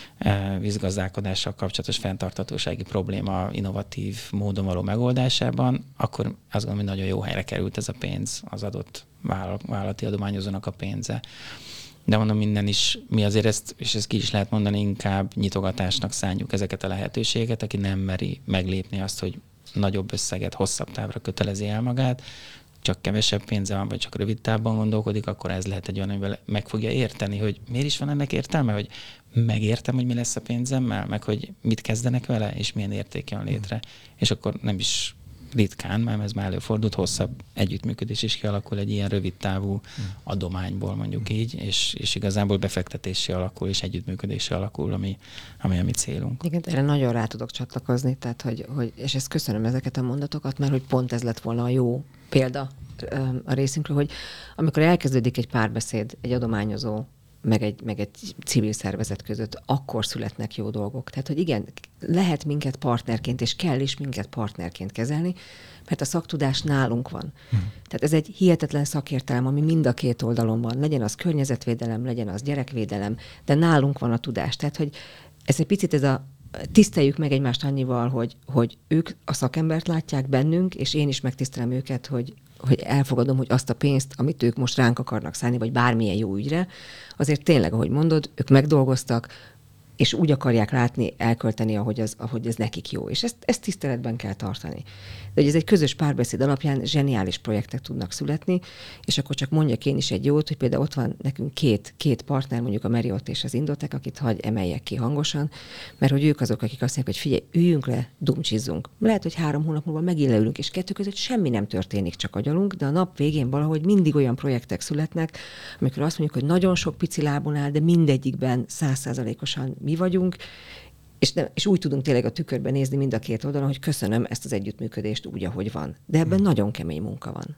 e, vízgazdálkodással kapcsolatos fenntarthatósági probléma innovatív módon való megoldásában, akkor azt gondolom, hogy nagyon jó helyre került ez a pénz, az adott vállalati adományozónak a pénze. De mondom, minden is, mi azért ezt, és ezt ki is lehet mondani, inkább nyitogatásnak szánjuk ezeket a lehetőségeket, aki nem meri meglépni azt, hogy nagyobb összeget, hosszabb távra kötelezi el magát, csak kevesebb pénze van, vagy csak rövid távban gondolkodik, akkor ez lehet egy olyan, amivel meg fogja érteni, hogy miért is van ennek értelme, hogy megértem, hogy mi lesz a pénzemmel, meg hogy mit kezdenek vele, és milyen érték jön létre. Mm. És akkor nem is ritkán, mert ez már előfordult, hosszabb együttműködés is kialakul egy ilyen rövid távú mm. adományból, mondjuk mm. így, és, és igazából befektetési alakul, és együttműködési alakul, ami, ami a mi célunk. Igen, erre nagyon rá tudok csatlakozni, tehát, hogy, hogy, és ezt köszönöm ezeket a mondatokat, mert hogy pont ez lett volna a jó példa a részünkről, hogy amikor elkezdődik egy párbeszéd, egy adományozó, meg egy, meg egy civil szervezet között, akkor születnek jó dolgok. Tehát, hogy igen, lehet minket partnerként, és kell is minket partnerként kezelni, mert a szaktudás nálunk van. Hmm. Tehát ez egy hihetetlen szakértelem, ami mind a két oldalon van. Legyen az környezetvédelem, legyen az gyerekvédelem, de nálunk van a tudás. Tehát, hogy ez egy picit ez a tiszteljük meg egymást annyival, hogy, hogy ők a szakembert látják bennünk, és én is megtisztelem őket, hogy, hogy elfogadom, hogy azt a pénzt, amit ők most ránk akarnak szállni, vagy bármilyen jó ügyre, azért tényleg, ahogy mondod, ők megdolgoztak, és úgy akarják látni, elkölteni, ahogy, az, ahogy ez nekik jó. És ezt, ezt tiszteletben kell tartani. De hogy ez egy közös párbeszéd alapján zseniális projektek tudnak születni, és akkor csak mondjak én is egy jót, hogy például ott van nekünk két, két partner, mondjuk a Marriott és az Indotek, akit hagy emeljek ki hangosan, mert hogy ők azok, akik azt mondják, hogy figyelj, üljünk le, dumcsizzunk. Lehet, hogy három hónap múlva megint leülünk, és kettő között semmi nem történik, csak agyalunk, de a nap végén valahogy mindig olyan projektek születnek, amikor azt mondjuk, hogy nagyon sok pici lábon áll, de mindegyikben száz százalékosan mi vagyunk, és, nem, és úgy tudunk tényleg a tükörben nézni mind a két oldalon, hogy köszönöm ezt az együttműködést úgy, ahogy van. De ebben mm. nagyon kemény munka van.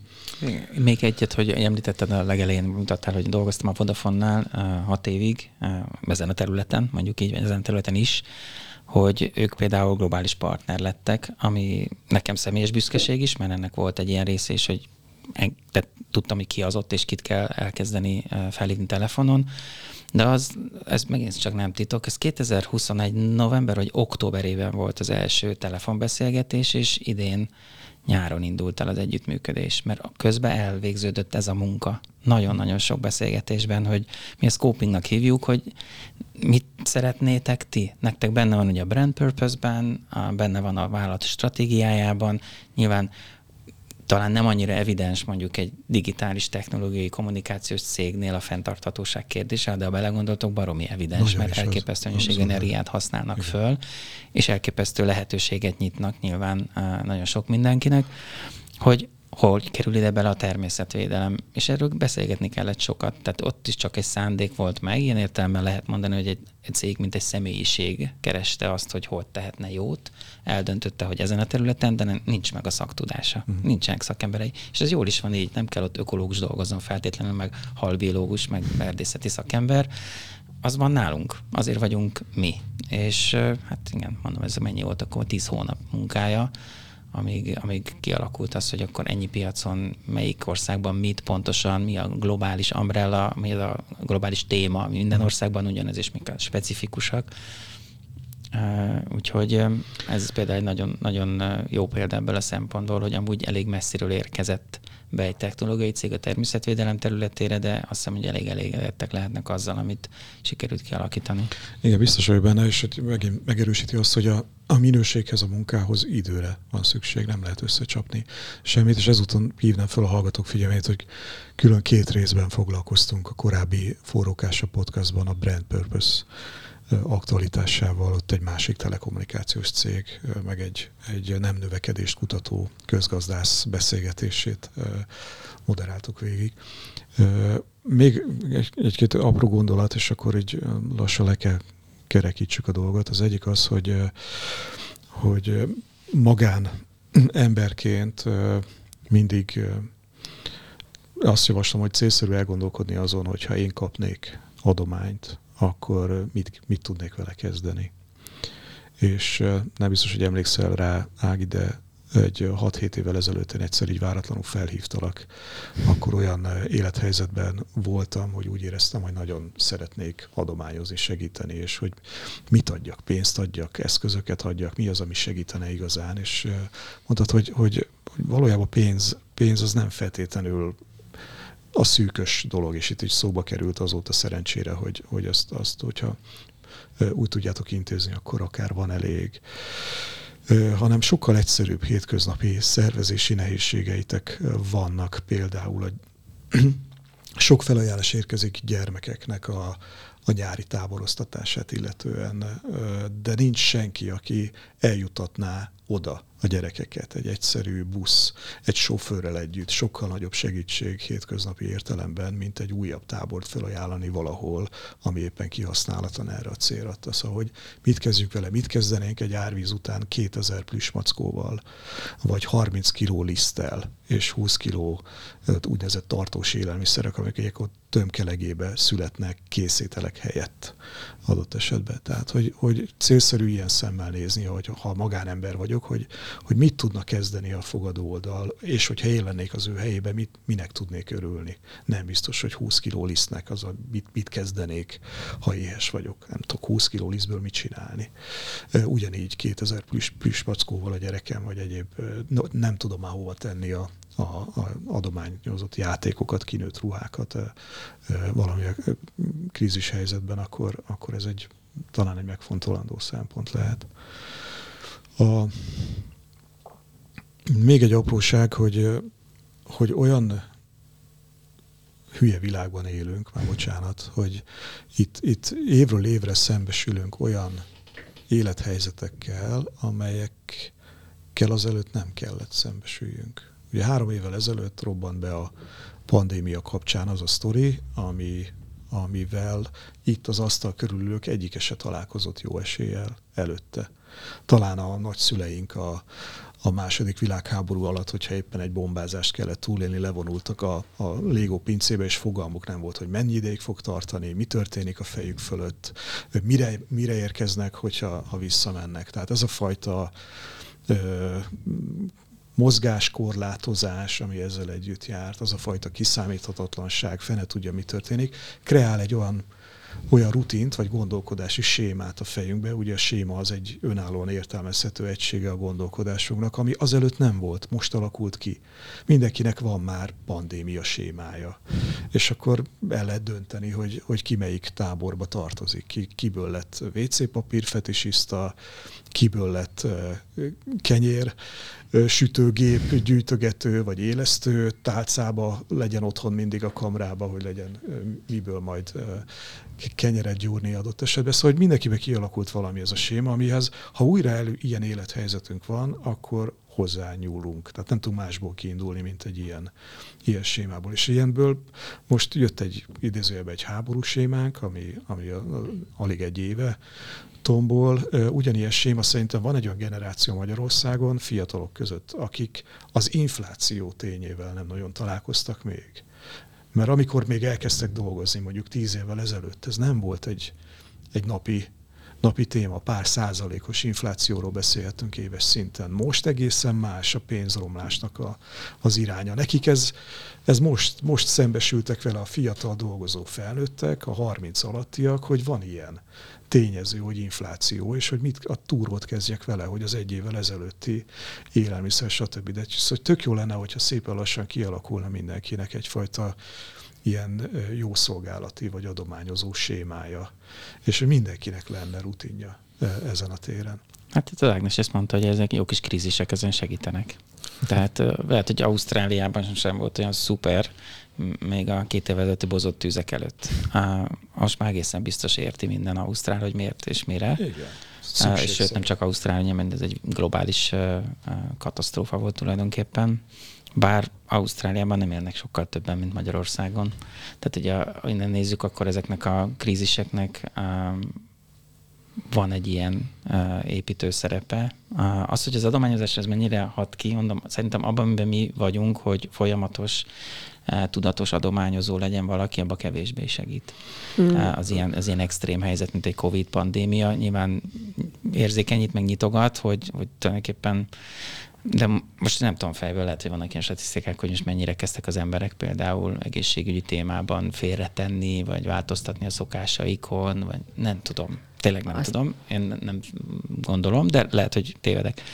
Mm. Még egyet, hogy említetted a legelején, mutattál, hogy dolgoztam a Vodafone-nál uh, hat évig, uh, ezen a területen, mondjuk így, ezen a területen is, hogy ők például globális partner lettek, ami nekem személyes büszkeség is, mert ennek volt egy ilyen része is, hogy tehát tudtam, hogy ki az ott, és kit kell elkezdeni felhívni telefonon. De az, ez megint csak nem titok, ez kétezer-huszonegy november vagy októberében volt az első telefonbeszélgetés, és idén nyáron indult el az együttműködés, mert közben elvégződött ez a munka. Nagyon-nagyon sok beszélgetésben, hogy mi a scopingnak hívjuk, hogy mit szeretnétek ti? Nektek benne van ugye a brand purpose-ben, benne van a vállalat stratégiájában, nyilván talán nem annyira evidens mondjuk egy digitális technológiai kommunikációs cégnél a fenntarthatóság kérdése, de ha belegondoltok, baromi evidens, nagyon mert elképesztő mennyiségű energiát használnak igen. föl, és elképesztő lehetőséget nyitnak nyilván nagyon sok mindenkinek, hogy hogy kerül ide bele a természetvédelem. És erről beszélgetni kellett sokat. Tehát ott is csak egy szándék volt meg. Ilyen értelemben lehet mondani, hogy egy, egy cég, mint egy személyiség kereste azt, hogy hol tehetne jót. Eldöntötte, hogy ezen a területen, de nincs meg a szaktudása. Uh-huh. Nincsenek szakemberei. És ez jól is van így. Nem kell ott ökológus dolgozzon feltétlenül, meg halbiológus, meg erdészeti szakember. Az van nálunk. Azért vagyunk mi. És hát igen, mondom, ez mennyi volt akkor tíz hónap munkája, Amíg, amíg kialakult az, hogy akkor ennyi piacon, melyik országban mit pontosan, mi a globális umbrella, mi a globális téma, minden országban ugyanez, és mik a specifikusak. Uh, úgyhogy ez például egy nagyon, nagyon jó példa ebből a szempontból, hogy amúgy elég messziről érkezett be egy technológiai cég a természetvédelem területére, de azt hiszem, hogy elég elégedettek lehetnek azzal, amit sikerült kialakítani. Igen, biztos vagyok benne, és megint megerősíti azt, hogy a, a minőséghez, a munkához időre van szükség, nem lehet összecsapni semmit, és ezúton hívnám fel a hallgatók figyelmét, hogy külön két részben foglalkoztunk a korábbi Forrókás podcastban a brand purpose aktualitásával, ott egy másik telekommunikációs cég, meg egy, egy nem növekedést kutató közgazdász beszélgetését moderáltuk végig. Még egy, egy-két apró gondolat, és akkor így lassan le kell kerekítsük a dolgot. Az egyik az, hogy, hogy magán emberként mindig azt javaslom, hogy célszerű elgondolkodni azon, hogyha én kapnék adományt, akkor mit, mit tudnék vele kezdeni. És nem biztos, hogy emlékszel rá, Ági, de egy hat-hét évvel ezelőtt én egyszer így váratlanul felhívtalak. Akkor olyan élethelyzetben voltam, hogy úgy éreztem, hogy nagyon szeretnék adományozni, segíteni, és hogy mit adjak, pénzt adjak, eszközöket adjak, mi az, ami segítene igazán. És mondtad, hogy, hogy valójában pénz, pénz az nem feltétlenül a szűkös dolog, és itt is szóba került azóta szerencsére, hogy, hogy azt, azt, hogyha úgy tudjátok intézni, akkor akár van elég. Hanem sokkal egyszerűbb hétköznapi szervezési nehézségeitek vannak, például a sok felajánlás érkezik gyermekeknek a, a nyári táboroztatását illetően, de nincs senki, aki eljutatná oda a gyerekeket. Egy egyszerű busz, egy sofőrrel együtt sokkal nagyobb segítség hétköznapi értelemben, mint egy újabb tábort felajánlani valahol, ami éppen kihasználatlan erre a célra. Szóval, hogy mit kezdjünk vele, mit kezdenénk egy árvíz után kétezer plüsmackóval, vagy harminc kiló liszttel, és húsz kiló úgynevezett tartós élelmiszerek, amik ott tömkelegébe születnek készételek helyett adott esetben. Tehát, hogy, hogy célszerű ilyen szemmel nézni, hogy ha magánember vagyok, hogy, hogy mit tudna kezdeni a fogadó oldal, és hogyha én lennék az ő helyében, mit, minek tudnék örülni. Nem biztos, hogy húsz kiló lisztnek az a, mit, mit kezdenék, ha éhes vagyok. Nem tudok húsz kiló lisztből mit csinálni. Ugyanígy kétezer plüsmackóval a gyerekem, vagy egyéb, nem tudom már hova tenni a a, a adományozott játékokat, kinőtt ruhákat valami krízis helyzetben, akkor, akkor ez egy talán egy megfontolandó szempont lehet. A, még egy apróság, hogy, hogy olyan hülye világban élünk, már bocsánat, hogy itt, itt évről évre szembesülünk olyan élethelyzetekkel, amelyekkel azelőtt nem kellett szembesüljünk. Ugye három évvel ezelőtt robbant be a pandémia kapcsán az a sztori, ami, amivel itt az asztal körülülők egyike se találkozott jó eséllyel előtte. Talán a nagyszüleink a, a második világháború alatt, hogyha éppen egy bombázást kellett túlélni, levonultak a, a Lego pincébe, és fogalmuk nem volt, hogy mennyi ideig fog tartani, mi történik a fejük fölött, mire, mire érkeznek, hogyha ha visszamennek. Tehát ez a fajta ö, mozgáskorlátozás, ami ezzel együtt járt, az a fajta kiszámíthatatlanság, fene tudja, mi történik, kreál egy olyan olyan rutint, vagy gondolkodási sémát a fejünkbe. Ugye a séma az egy önállóan értelmezhető egysége a gondolkodásunknak, ami azelőtt nem volt, most alakult ki. Mindenkinek van már pandémia sémája. És akkor el lehet dönteni, hogy, hogy ki melyik táborba tartozik. Ki, kiből lett vé cé papír fetisiszta, kiből lett uh, kenyér, uh, sütőgép, gyűjtögető vagy élesztő, tálcába legyen otthon mindig a kamrába, hogy legyen uh, miből majd uh, kenyeret gyúrni adott esetben. Szóval, hogy mindenkiben kialakult valami ez a séma, amihez, ha újra elő ilyen élethelyzetünk van, akkor hozzányúlunk. Tehát nem tudunk másból kiindulni, mint egy ilyen, ilyen sémából. És ilyenből most jött egy idézőjelben egy háború sémánk, ami, ami a, a, alig egy éve tombol. Ugyanilyen séma szerintem van egy olyan generáció Magyarországon, fiatalok között, akik az infláció tényével nem nagyon találkoztak még. Mert amikor még elkezdtek dolgozni, mondjuk tíz évvel ezelőtt, ez nem volt egy, egy napi, napi téma, pár százalékos inflációról beszélhetünk éves szinten. Most egészen más a pénzromlásnak a, az iránya. Nekik ez, ez most, most szembesültek vele a fiatal dolgozó felnőttek, a harminc alattiak, hogy van ilyen tényező, hogy infláció, és hogy mit a túrót kezdjek vele, hogy az egy évvel ezelőtti élelmiszer, stb. De szóval tök jó lenne, hogyha szépen lassan kialakulna mindenkinek egyfajta ilyen jószolgálati vagy adományozó sémája, és hogy mindenkinek lenne rutinja ezen a téren. Hát itt az Ágnes ezt mondta, hogy ezek jó kis krízisek ezen segítenek. Tehát lehet, hogy Ausztráliában sem volt olyan szuper, még a két évvel ezelőtti bozott tűzek előtt. Most már egészen biztos érti minden ausztrál, hogy miért és mire. Igen. És sőt, nem csak Ausztrália, mert ez egy globális katasztrófa volt tulajdonképpen. Bár Ausztráliában nem élnek sokkal többen, mint Magyarországon. Tehát ugye, ha innen nézzük, akkor ezeknek a kríziseknek van egy ilyen uh, építő szerepe. Uh, az, hogy az adományozás ez mennyire hat ki, mondom, szerintem abban, amiben mi vagyunk, hogy folyamatos, uh, tudatos adományozó legyen valaki, abban kevésbé segít. Mm. Uh, az, ilyen, az ilyen extrém helyzet, mint egy Covid pandémia, nyilván érzékenyít, meg nyitogat, hogy, hogy tulajdonképpen, de most nem tudom fejből, lehet, hogy vannak ilyen statisztikák, hogy most mennyire kezdtek az emberek például egészségügyi témában félretenni, vagy változtatni a szokásaikon, vagy nem tudom. Tényleg nem azt tudom, én nem gondolom, de lehet, hogy tévedek.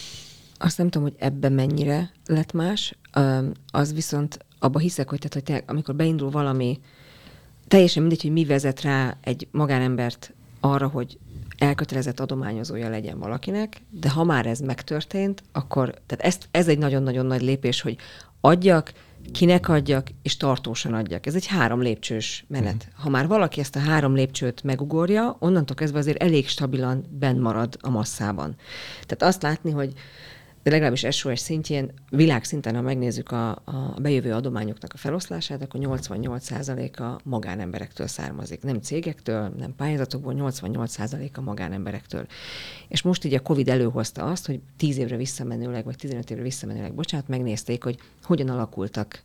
Azt nem tudom, hogy ebben mennyire lett más. Az viszont abba hiszek, hogy, tehát, hogy tényleg, amikor beindul valami, teljesen mindegy, hogy mi vezet rá egy magánembert arra, hogy elkötelezett adományozója legyen valakinek, de ha már ez megtörtént, akkor tehát ezt, ez egy nagyon-nagyon nagy lépés, hogy adjak, kinek adjak, és tartósan adjak. Ez egy három lépcsős menet. Ha már valaki ezt a három lépcsőt megugorja, onnantól kezdve azért elég stabilan benn marad a masszában. Tehát azt látni, hogy de legalábbis es o es szintjén, világszinten, ha megnézzük a, a bejövő adományoknak a feloszlását, akkor nyolcvannyolc százaléka magánemberektől származik. Nem cégektől, nem pályázatokból, nyolcvannyolc százaléka magánemberektől. És most így a Covid előhozta azt, hogy tíz évre visszamenőleg, vagy tizenöt évre visszamenőleg, bocsánat, megnézték, hogy hogyan alakultak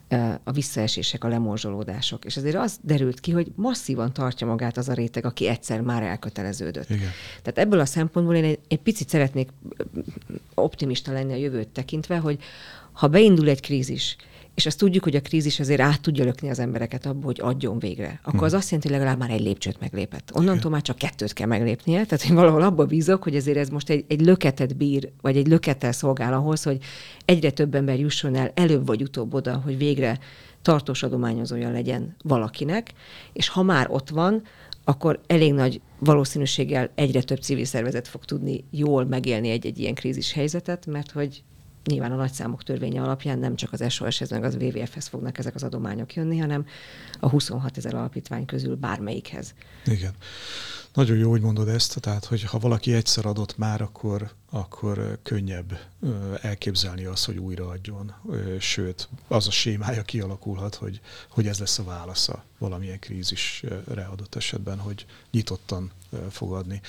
a visszaesések, a lemorzsolódások. És azért az derült ki, hogy masszívan tartja magát az a réteg, aki egyszer már elköteleződött. Igen. Tehát ebből a szempontból én egy, egy picit szeretnék optimista lenni a jövőt tekintve, hogy ha beindul egy krízis, és azt tudjuk, hogy a krízis azért át tudja lökni az embereket abba, hogy adjon végre, akkor hmm. az azt jelenti, hogy legalább már egy lépcsőt meglépett. Onnantól Igen. már csak kettőt kell meglépnie, tehát hogy valahol abba bízok, hogy azért ez most egy, egy löketet bír, vagy egy lökettel szolgál ahhoz, hogy egyre több ember jusson el előbb vagy utóbb oda, hogy végre tartós adományozója legyen valakinek, és ha már ott van, akkor elég nagy valószínűséggel egyre több civil szervezet fog tudni jól megélni egy-egy ilyen krízis helyzetet, mert hogy nyilván a nagyszámok törvénye alapján nem csak az es o es-hez, meg az vé vé ef-hez fognak ezek az adományok jönni, hanem a huszonhat ezer alapítvány közül bármelyikhez. Igen. Nagyon jó, hogy mondod ezt, tehát, hogy ha valaki egyszer adott már, akkor, akkor könnyebb elképzelni azt, hogy újra adjon. Sőt, az a sémája kialakulhat, hogy, hogy ez lesz a válasza valamilyen krízisre adott esetben, hogy nyitottan fogadni.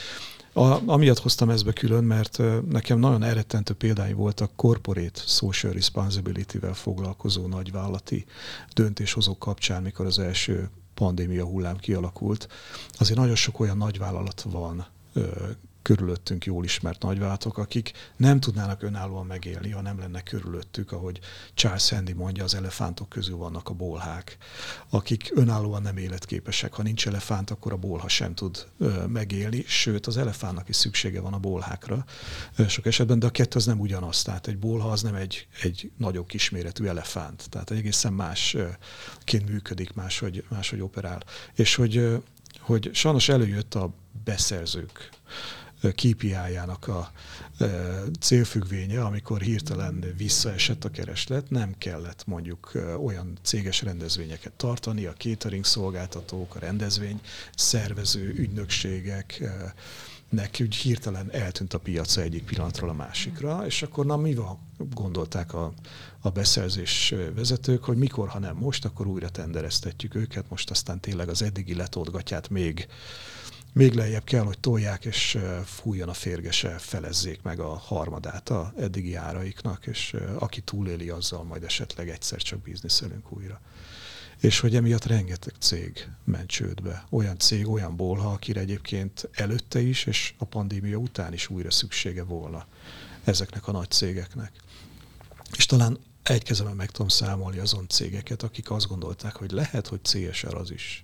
A, amiatt hoztam ezt be külön, mert nekem nagyon elrettentő példány voltak corporate social responsibility-vel foglalkozó nagyvállalati döntéshozók kapcsán, mikor az első pandémia hullám kialakult. Azért nagyon sok olyan nagyvállalat van körülöttünk jól ismert nagyvállalatok, akik nem tudnának önállóan megélni, ha nem lenne körülöttük, ahogy Charles Handy mondja, az elefántok közül vannak a bolhák, akik önállóan nem életképesek. Ha nincs elefánt, akkor a bolha sem tud ö, megélni, sőt az elefántnak is szüksége van a bolhákra ö, sok esetben, de a kettő az nem ugyanaz. Tehát egy bolha az nem egy, egy nagyobb kisméretű elefánt, tehát egészen másként működik, máshogy, máshogy operál. És hogy, hogy sajnos előjött a beszerzők ká pé í-jának a célfüggvénye, amikor hirtelen visszaesett a kereslet, nem kellett mondjuk olyan céges rendezvényeket tartani, a catering szolgáltatók, a rendezvény szervező ügynökségek, neki úgy hirtelen eltűnt a piaca egyik pillanatról a másikra, és akkor na mi van, gondolták a, a beszerzés vezetők, hogy mikor, ha nem most, akkor újra tendereztetjük őket, most aztán tényleg az eddigi letolt gatyát még, még lejjebb kell, hogy tolják, és fújjon a férgese, felezzék meg a harmadát a eddigi áraiknak, és aki túléli, azzal majd esetleg egyszer csak bizniszelünk újra. És hogy emiatt rengeteg cég ment csődbe. Olyan cég, olyan bolha, akire egyébként előtte is, és a pandémia után is újra szüksége volna ezeknek a nagy cégeknek. És talán egy kezemben meg tudom számolni azon cégeket, akik azt gondolták, hogy lehet, hogy cé es er az is,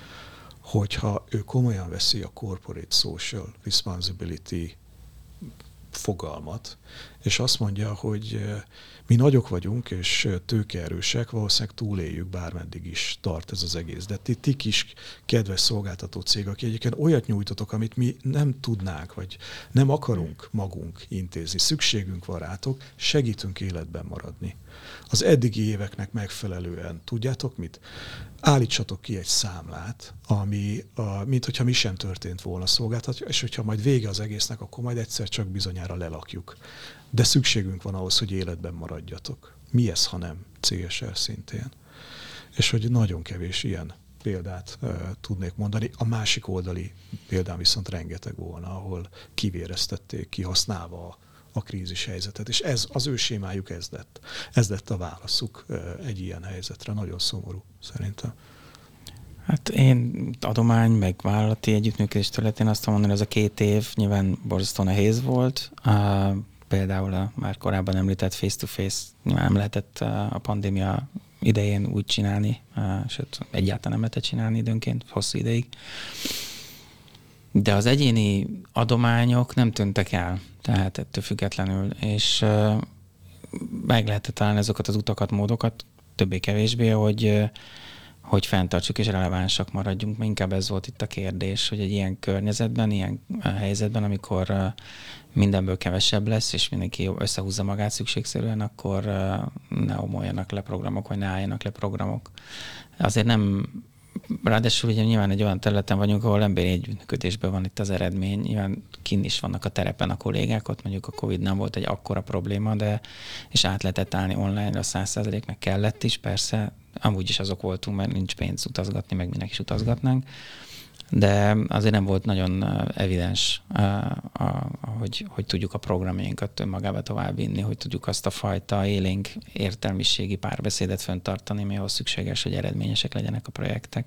hogyha ő komolyan veszi a Corporate Social Responsibility fogalmat, és azt mondja, hogy mi nagyok vagyunk, és tőkeerősek, valószínűleg túléljük, bármeddig is tart ez az egész. De ti, ti kis kedves szolgáltató cég, aki egyébként olyat nyújtotok, amit mi nem tudnánk, vagy nem akarunk magunk intézni. Szükségünk van rátok, segítünk életben maradni. Az eddigi éveknek megfelelően, tudjátok mit? Állítsatok ki egy számlát, ami, a, mint hogyha mi sem történt volna szolgáltatja, és hogyha majd vége az egésznek, akkor majd egyszer csak bizonyára lelakjuk. De szükségünk van ahhoz, hogy életben maradjatok. Mi ez, ha nem cé es er szintén? És hogy nagyon kevés ilyen példát uh, tudnék mondani. A másik oldali példán viszont rengeteg volna, ahol kivéreztették, kihasználva a, a krízis helyzetet. És ez, az ő sémájuk ez lett. Ez lett a válaszuk uh, egy ilyen helyzetre. Nagyon szomorú szerintem. Hát én adomány, meg vállalati együttműködés területén azt mondom, hogy ez a két év nyilván borzasztó nehéz volt. Uh, például a már korábban említett face-to-face nyilván nem lehetett a pandémia idején úgy csinálni, uh, sőt egyáltalán nem lehetett csinálni időnként, hosszú ideig. De az egyéni adományok nem tűntek el, tehát ettől függetlenül, és uh, meg lehetett találni azokat az utakat, módokat, többé-kevésbé, hogy hogy fenntartsuk és relevánsak maradjunk. Inkább ez volt itt a kérdés, hogy egy ilyen környezetben, ilyen helyzetben, amikor mindenből kevesebb lesz, és mindenki összehúzza magát szükségszerűen, akkor ne omoljanak le programok, vagy ne álljanak le programok. Azért nem, ráadásul ugye nyilván egy olyan területen vagyunk, ahol emberi együttműködésben van itt az eredmény. Nyilván kinn is vannak a terepen a kollégák, ott mondjuk a Covid nem volt egy akkora probléma, de és át lehetett állni online-ra száz százalék, meg kellett is, persze. Amúgy is azok voltunk, mert nincs pénz utazgatni, meg minek is utazgatnánk. De azért nem volt nagyon evidens, hogy, hogy tudjuk a programjainkat önmagába továbbvinni, hogy tudjuk azt a fajta élénk értelmiségi párbeszédet fenntartani, mi ahhoz szükséges, hogy eredményesek legyenek a projektek.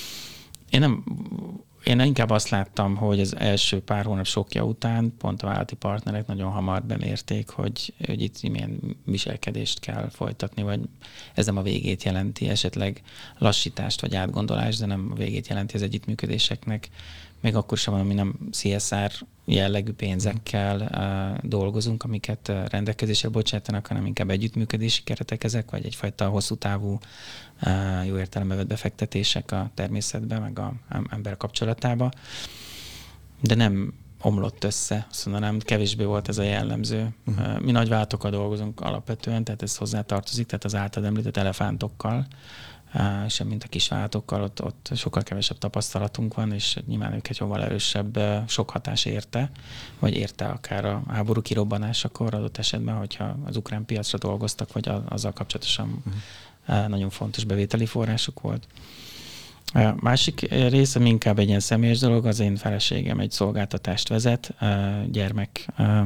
Én nem... Én inkább azt láttam, hogy az első pár hónap sokja után pont a vállalati partnerek nagyon hamar bemérték, hogy, hogy itt milyen viselkedést kell folytatni, vagy ez nem a végét jelenti, esetleg lassítást vagy átgondolást, de nem a végét jelenti az együttműködéseknek. Még akkor sem van, ami nem cé es er jellegű pénzekkel uh, dolgozunk, amiket uh, rendelkezésre bocsátanak, hanem inkább együttműködési keretek ezek, vagy egyfajta hosszú távú uh, jó értelembe vett befektetések a természetbe, meg a ember kapcsolatába. De nem omlott össze, azt mondanám, kevésbé volt ez a jellemző. Uh-huh. Mi nagyvállalatokkal dolgozunk alapvetően, tehát ez hozzá tartozik, tehát az általad említett elefántokkal, sem mint a kisvállalatokkal, ott, ott sokkal kevesebb tapasztalatunk van, és nyilván őket jóval erősebb sok hatás érte, vagy érte akár a háború kirobbanásakor adott esetben, hogyha az ukrán piacra dolgoztak, vagy azzal kapcsolatosan uh-huh. nagyon fontos bevételi forrásuk volt. A másik része inkább egy ilyen személyes dolog, az én feleségem egy szolgáltatást vezet, gyermek,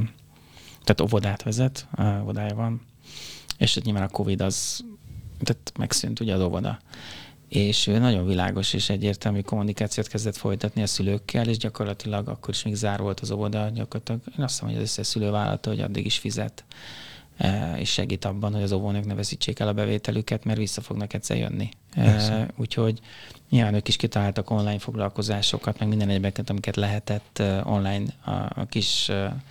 tehát óvodát vezet, óvodája van, és nyilván a Covid az tehát megszűnt ugye az óvoda. és ő nagyon világos és egyértelmű kommunikációt kezdett folytatni a szülőkkel, és gyakorlatilag akkor is még zár volt az óvoda, gyakorlatilag én azt mondom, hogy az összes szülő vállalta, hogy addig is fizet, és segít abban, hogy az óvónők ne veszítsék el a bevételüket, mert vissza fognak egyszer jönni. Persze. Úgyhogy nyilván ők is kitaláltak online foglalkozásokat, meg minden egyébként, amiket lehetett online a, a kis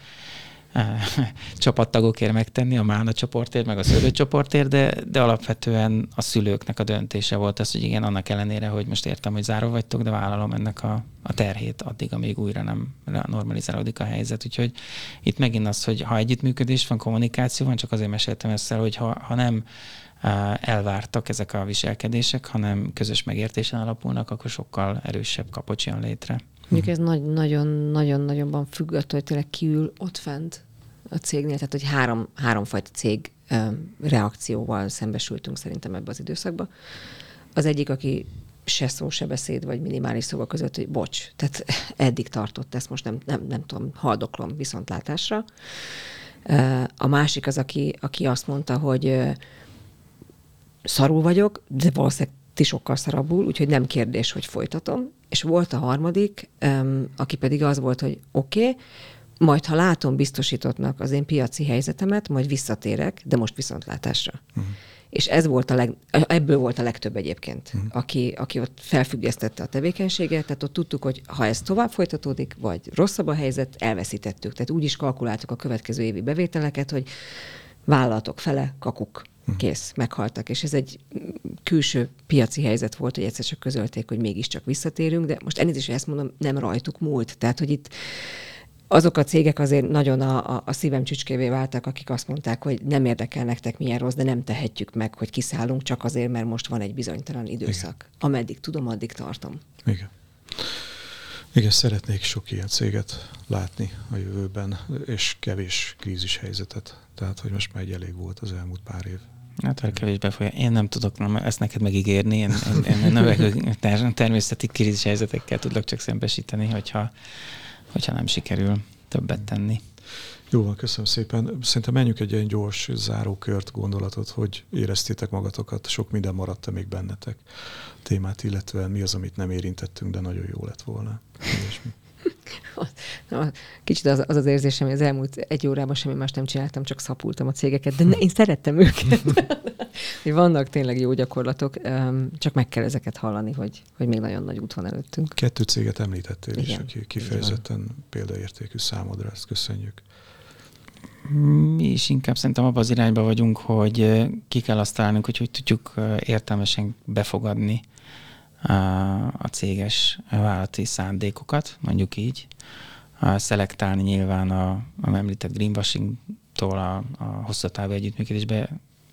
csapattagokért megtenni, a Mána csoportért, meg a szőlőcsoportért, de, de alapvetően a szülőknek a döntése volt az, hogy igen, annak ellenére, hogy most értem, hogy zárva vagytok, de vállalom ennek a, a terhét addig, amíg újra nem normalizálódik a helyzet. Úgyhogy itt megint az, hogy ha együttműködés van, kommunikáció van, csak azért meséltem ezt el, hogy ha, ha nem elvártak ezek a viselkedések, hanem közös megértésen alapulnak, akkor sokkal erősebb kapocs jön létre. Mondjuk ez nagyon-nagyon-nagyon függ attól, hogy tényleg kiül ott fent a cégnél, tehát hogy három, háromfajta cég um, reakcióval szembesültünk szerintem ebbe az időszakba. Az egyik, aki se szó, se beszéd, vagy minimális szóval között, hogy bocs, tehát eddig tartott, ezt most nem, nem, nem tudom, haldoklom viszontlátásra. Uh, a másik az, aki, aki azt mondta, hogy uh, szarul vagyok, de valószínűleg ti sokkal szarabbul, úgyhogy nem kérdés, hogy folytatom. És volt a harmadik, um, aki pedig az volt, hogy oké, okay, majd ha látom biztosítottnak az én piaci helyzetemet, majd visszatérek, de most viszontlátásra. Uh-huh. És ez volt a leg, ebből volt a legtöbb egyébként, uh-huh. aki, aki ott felfüggesztette a tevékenységet, tehát ott tudtuk, hogy ha ez tovább folytatódik, vagy rosszabb a helyzet, elveszítettük. Tehát úgy is kalkuláltuk a következő évi bevételeket, hogy vállalatok fele, kakuk. Kész, meghaltak. És ez egy külső piaci helyzet volt, hogy egyszer csak közölték, hogy mégiscsak visszatérünk, de most elnézést, hogy ezt mondom, nem rajtuk múlt. Tehát, hogy itt azok a cégek azért nagyon a, a, a szívem csücskévé váltak, akik azt mondták, hogy nem érdekel nektek milyen rossz, de nem tehetjük meg, hogy kiszállunk csak azért, mert most van egy bizonytalan időszak. Igen. Ameddig tudom, addig tartom. Igen. Igen, szeretnék sok ilyen céget látni a jövőben, és kevés krízis helyzetet. Tehát, hogy most már egy elég volt az elmúlt pár év. Hát, ha kevés befolyás. Én nem tudok nem, ezt neked megígérni. Én, én, én növekvő természeti krízis helyzetekkel tudok csak szembesíteni, hogyha, hogyha nem sikerül többet tenni. Jó van, köszönöm szépen. Szerintem menjünk egy ilyen gyors zárókört, gondolatot, hogy éreztétek magatokat, sok minden maradt még bennetek témát, illetve mi az, amit nem érintettünk, de nagyon jó lett volna. Kicsit az, az az érzésem, hogy az elmúlt egy órában semmi más nem csináltam, csak szapultam a cégeket, de ne, én szerettem őket. Vannak tényleg jó gyakorlatok, csak meg kell ezeket hallani, hogy, hogy még nagyon nagy út van előttünk. Kettő céget említettél is, igen, aki kifejezetten példaértékű számodra, ezt köszönjük. Mi is inkább szerintem abban az irányba vagyunk, hogy ki kell azt találnunk, hogy hogy tudjuk értelmesen befogadni a céges vállalati szándékokat, mondjuk így. Szelektálni nyilván a, a említett greenwashing-tól a, a hosszú távú együttműködésbe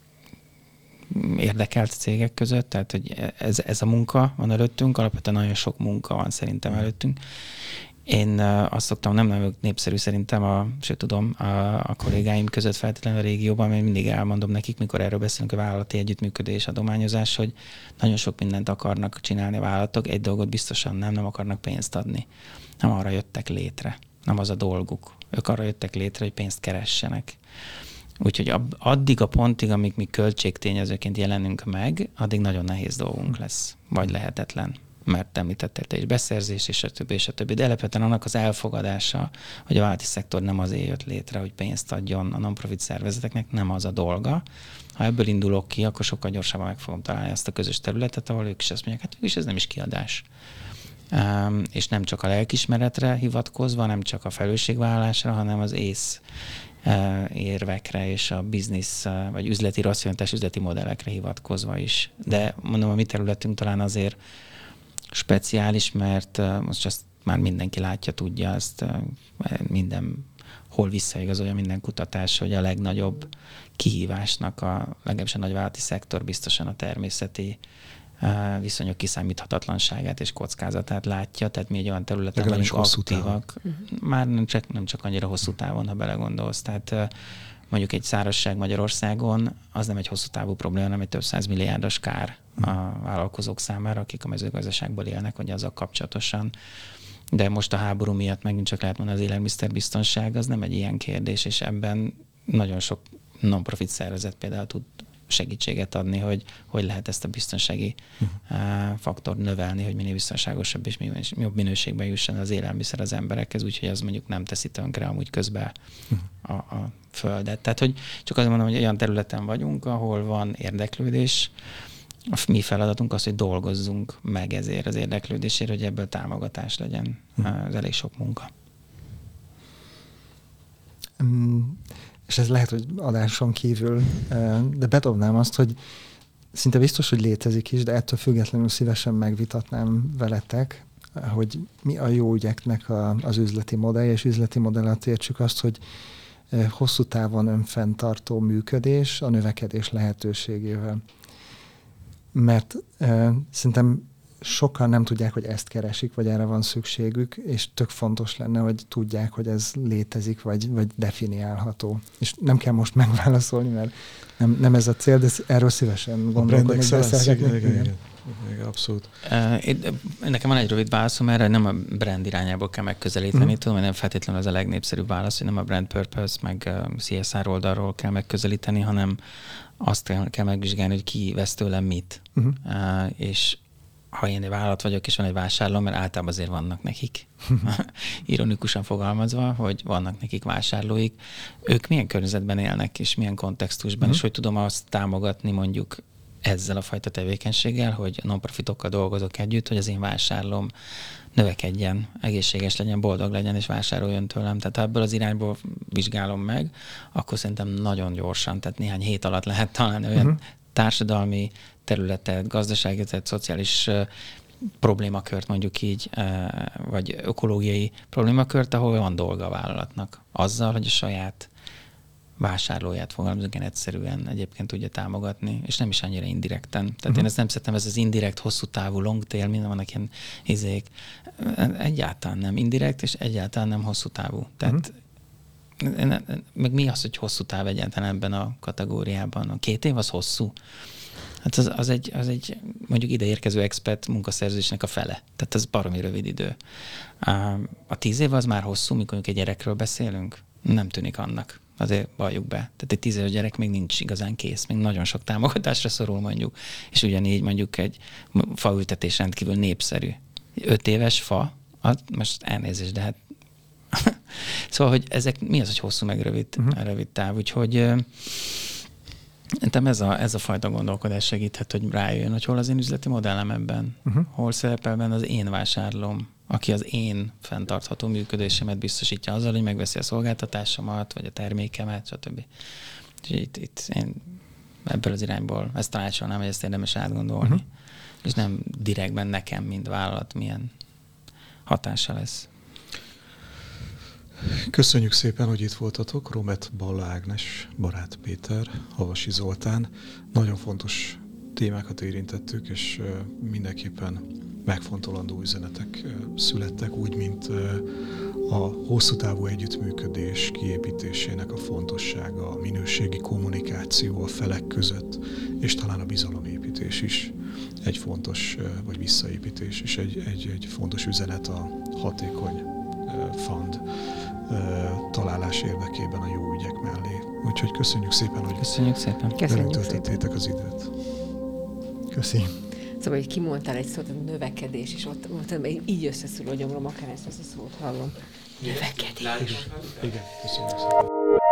érdekelt cégek között, tehát hogy ez, ez a munka van előttünk, alapvetően nagyon sok munka van szerintem előttünk. Én azt szoktam, nem nagyon népszerű szerintem, a, sőt tudom, a, a kollégáim között feltétlenül a régióban, mert mindig elmondom nekik, mikor erről beszélünk, a vállalati együttműködés, adományozás, hogy nagyon sok mindent akarnak csinálni a vállalatok, egy dolgot biztosan nem, nem akarnak pénzt adni. Nem arra jöttek létre, nem az a dolguk. Ők arra jöttek létre, hogy pénzt keressenek. Úgyhogy addig a pontig, amíg mi költségtényezőként jelenünk meg, addig nagyon nehéz dolgunk lesz, vagy lehetetlen. Mert említettél te is beszerzés, és a többi, és a többi. De alapvetően annak az elfogadása, hogy a vállalati szektor nem azért jött létre, hogy pénzt adjon a non-profit szervezeteknek, nem az a dolga. Ha ebből indulok ki, akkor sokkal gyorsabban meg fogom találni azt a közös területet, ahol ők is azt mondják, hát is ez nem is kiadás. Um, és nem csak a lelkismeretre hivatkozva, nem csak a felelősségvállalásra, hanem az ész uh, érvekre és a biznisz, uh, vagy üzleti racionalitás, üzleti modellekre hivatkozva is. De mondom, a mi területünk talán azért speciális, mert uh, most azt már mindenki látja, tudja, ezt uh, minden, hol visszaigazolja minden kutatás, hogy a legnagyobb kihívásnak, a legalábbis a nagyvállalati szektor biztosan a természeti uh, viszonyok kiszámíthatatlanságát és kockázatát látja, tehát mi egy olyan területen vagyunk aktívak. Már nem csak, nem csak annyira hosszú távon, ha belegondolsz. Tehát uh, mondjuk egy szárazság Magyarországon az nem egy hosszú távú probléma, hanem egy több száz milliárdos kár a vállalkozók számára, akik a mezőgazdaságból élnek, vagy azzal kapcsolatosan. De most a háború miatt megint csak lehet mondani, az élelmiszerbiztonság az nem egy ilyen kérdés, és ebben nagyon sok non-profit szervezet például tud segítséget adni, hogy hogy lehet ezt a biztonsági uh-huh. faktort növelni, hogy minél biztonságosabb és jobb minőségben jusson az élelmiszer az emberekhez, úgyhogy az mondjuk nem teszi tönkre amúgy közben uh-huh. a, a földet. Tehát, hogy csak azt mondom, hogy olyan területen vagyunk, ahol van érdeklődés. A mi feladatunk az, hogy dolgozzunk meg ezért az érdeklődésért, hogy ebből támogatás legyen. Uh-huh. Ez elég sok munka. Um, és ez lehet, hogy adáson kívül, de bedobnám azt, hogy szinte biztos, hogy létezik is, de ettől függetlenül szívesen megvitatnám veletek, hogy mi a jó ügyeknek a, az üzleti modell, és üzleti modell alatt értsük azt, hogy hosszú távon önfenntartó működés a növekedés lehetőségével. Mert uh, szerintem sokan nem tudják, hogy ezt keresik, vagy erre van szükségük, és tök fontos lenne, hogy tudják, hogy ez létezik, vagy, vagy definiálható. És nem kell most megválaszolni, mert nem, nem ez a cél, de erről szívesen gondolkodni. Igen, igen, igen. Igen, abszolút. Uh, én, nekem van egy rövid válaszom erre, nem a brand irányából kell megközelíteni, uh-huh. tudom, hogy nem feltétlenül az a legnépszerűbb válasz, hogy nem a brand purpose, meg C S R oldalról kell megközelíteni, hanem azt kell, kell megvizsgálni, hogy ki vesz tőlem mit. Uh-huh. Uh, és ha én egy vállalat vagyok, és van egy vásárló, mert általában azért vannak nekik, ironikusan fogalmazva, hogy vannak nekik vásárlóik, ők milyen környezetben élnek, és milyen kontextusban, uh-huh. és hogy tudom azt támogatni mondjuk ezzel a fajta tevékenységgel, hogy non-profitokkal dolgozok együtt, hogy az én vásárlóm növekedjen, egészséges legyen, boldog legyen, és vásároljon tőlem. Tehát ha ebből az irányból vizsgálom meg, akkor szerintem nagyon gyorsan, tehát néhány hét alatt lehet találni olyan uh-huh. társadalmi területet, gazdasági területet, szociális uh, problémakört mondjuk így, uh, vagy ökológiai problémakört, ahol van dolga a vállalatnak. Azzal, hogy a saját vásárlóját fogalmazunk, én egyszerűen egyébként tudja támogatni, és nem is annyira indirekten. Tehát uh-huh. én ezt nem szeretem, ez az indirekt, hosszú távú, long tail, minden vannak ilyen izék. Egyáltalán nem indirekt, és egyáltalán nem hosszú távú. Tehát uh-huh. meg mi az, hogy hosszú táv egyáltalán ebben a kategóriában? A két év az hosszú. Hát az, az, egy, az egy mondjuk ide érkező expert munkaszerzésnek a fele. Tehát ez baromi rövid idő. A tíz év az már hosszú, mikor egy gyerekről beszélünk? Nem tűnik annak. Azért valljuk be. Tehát egy tíz éves gyerek még nincs igazán kész, még nagyon sok támogatásra szorul mondjuk. És ugyanígy mondjuk egy faültetés rendkívül népszerű. Öt éves fa, az, most elnézést, de hát szóval, hogy ezek mi az, hogy hosszú meg rövid, uh-huh. rövid táv. Úgyhogy szerintem ez a, ez a fajta gondolkodás segíthet, hogy rájöjjön, hogy hol az én üzleti modellem ebben, uh-huh. hol szerepel benne az én vásárlóm, aki az én fenntartható működésemet biztosítja azzal, hogy megveszi a szolgáltatásomat, vagy a termékemet, stb. És itt, itt én ebből az irányból ezt tanácsolnám, hogy ezt érdemes átgondolni, uh-huh. és nem direktben nekem, mint vállalat, milyen hatása lesz. Köszönjük szépen, hogy itt voltatok. Romet Balla Ágnes, Barát Péter, Havasi Zoltán. Nagyon fontos témákat érintettük, és mindenképpen megfontolandó üzenetek születtek, úgy, mint a hosszú távú együttműködés kiépítésének a fontossága, a minőségi kommunikáció a felek között, és talán a bizalomépítés is egy fontos, vagy visszaépítés is egy, egy, egy fontos üzenet a hatékony fund találás érdekében a jó ügyek mellé. Úgyhogy köszönjük szépen, hogy köszönjük szépen. Töltöttétek az időt. Köszi. Szóval, hogy kimondtál egy szót, a növekedés, és ott, ott így összeszorul a gyomrom, akár ezt, ezt a szót hallom. Növekedés. Igen, köszönjük szépen.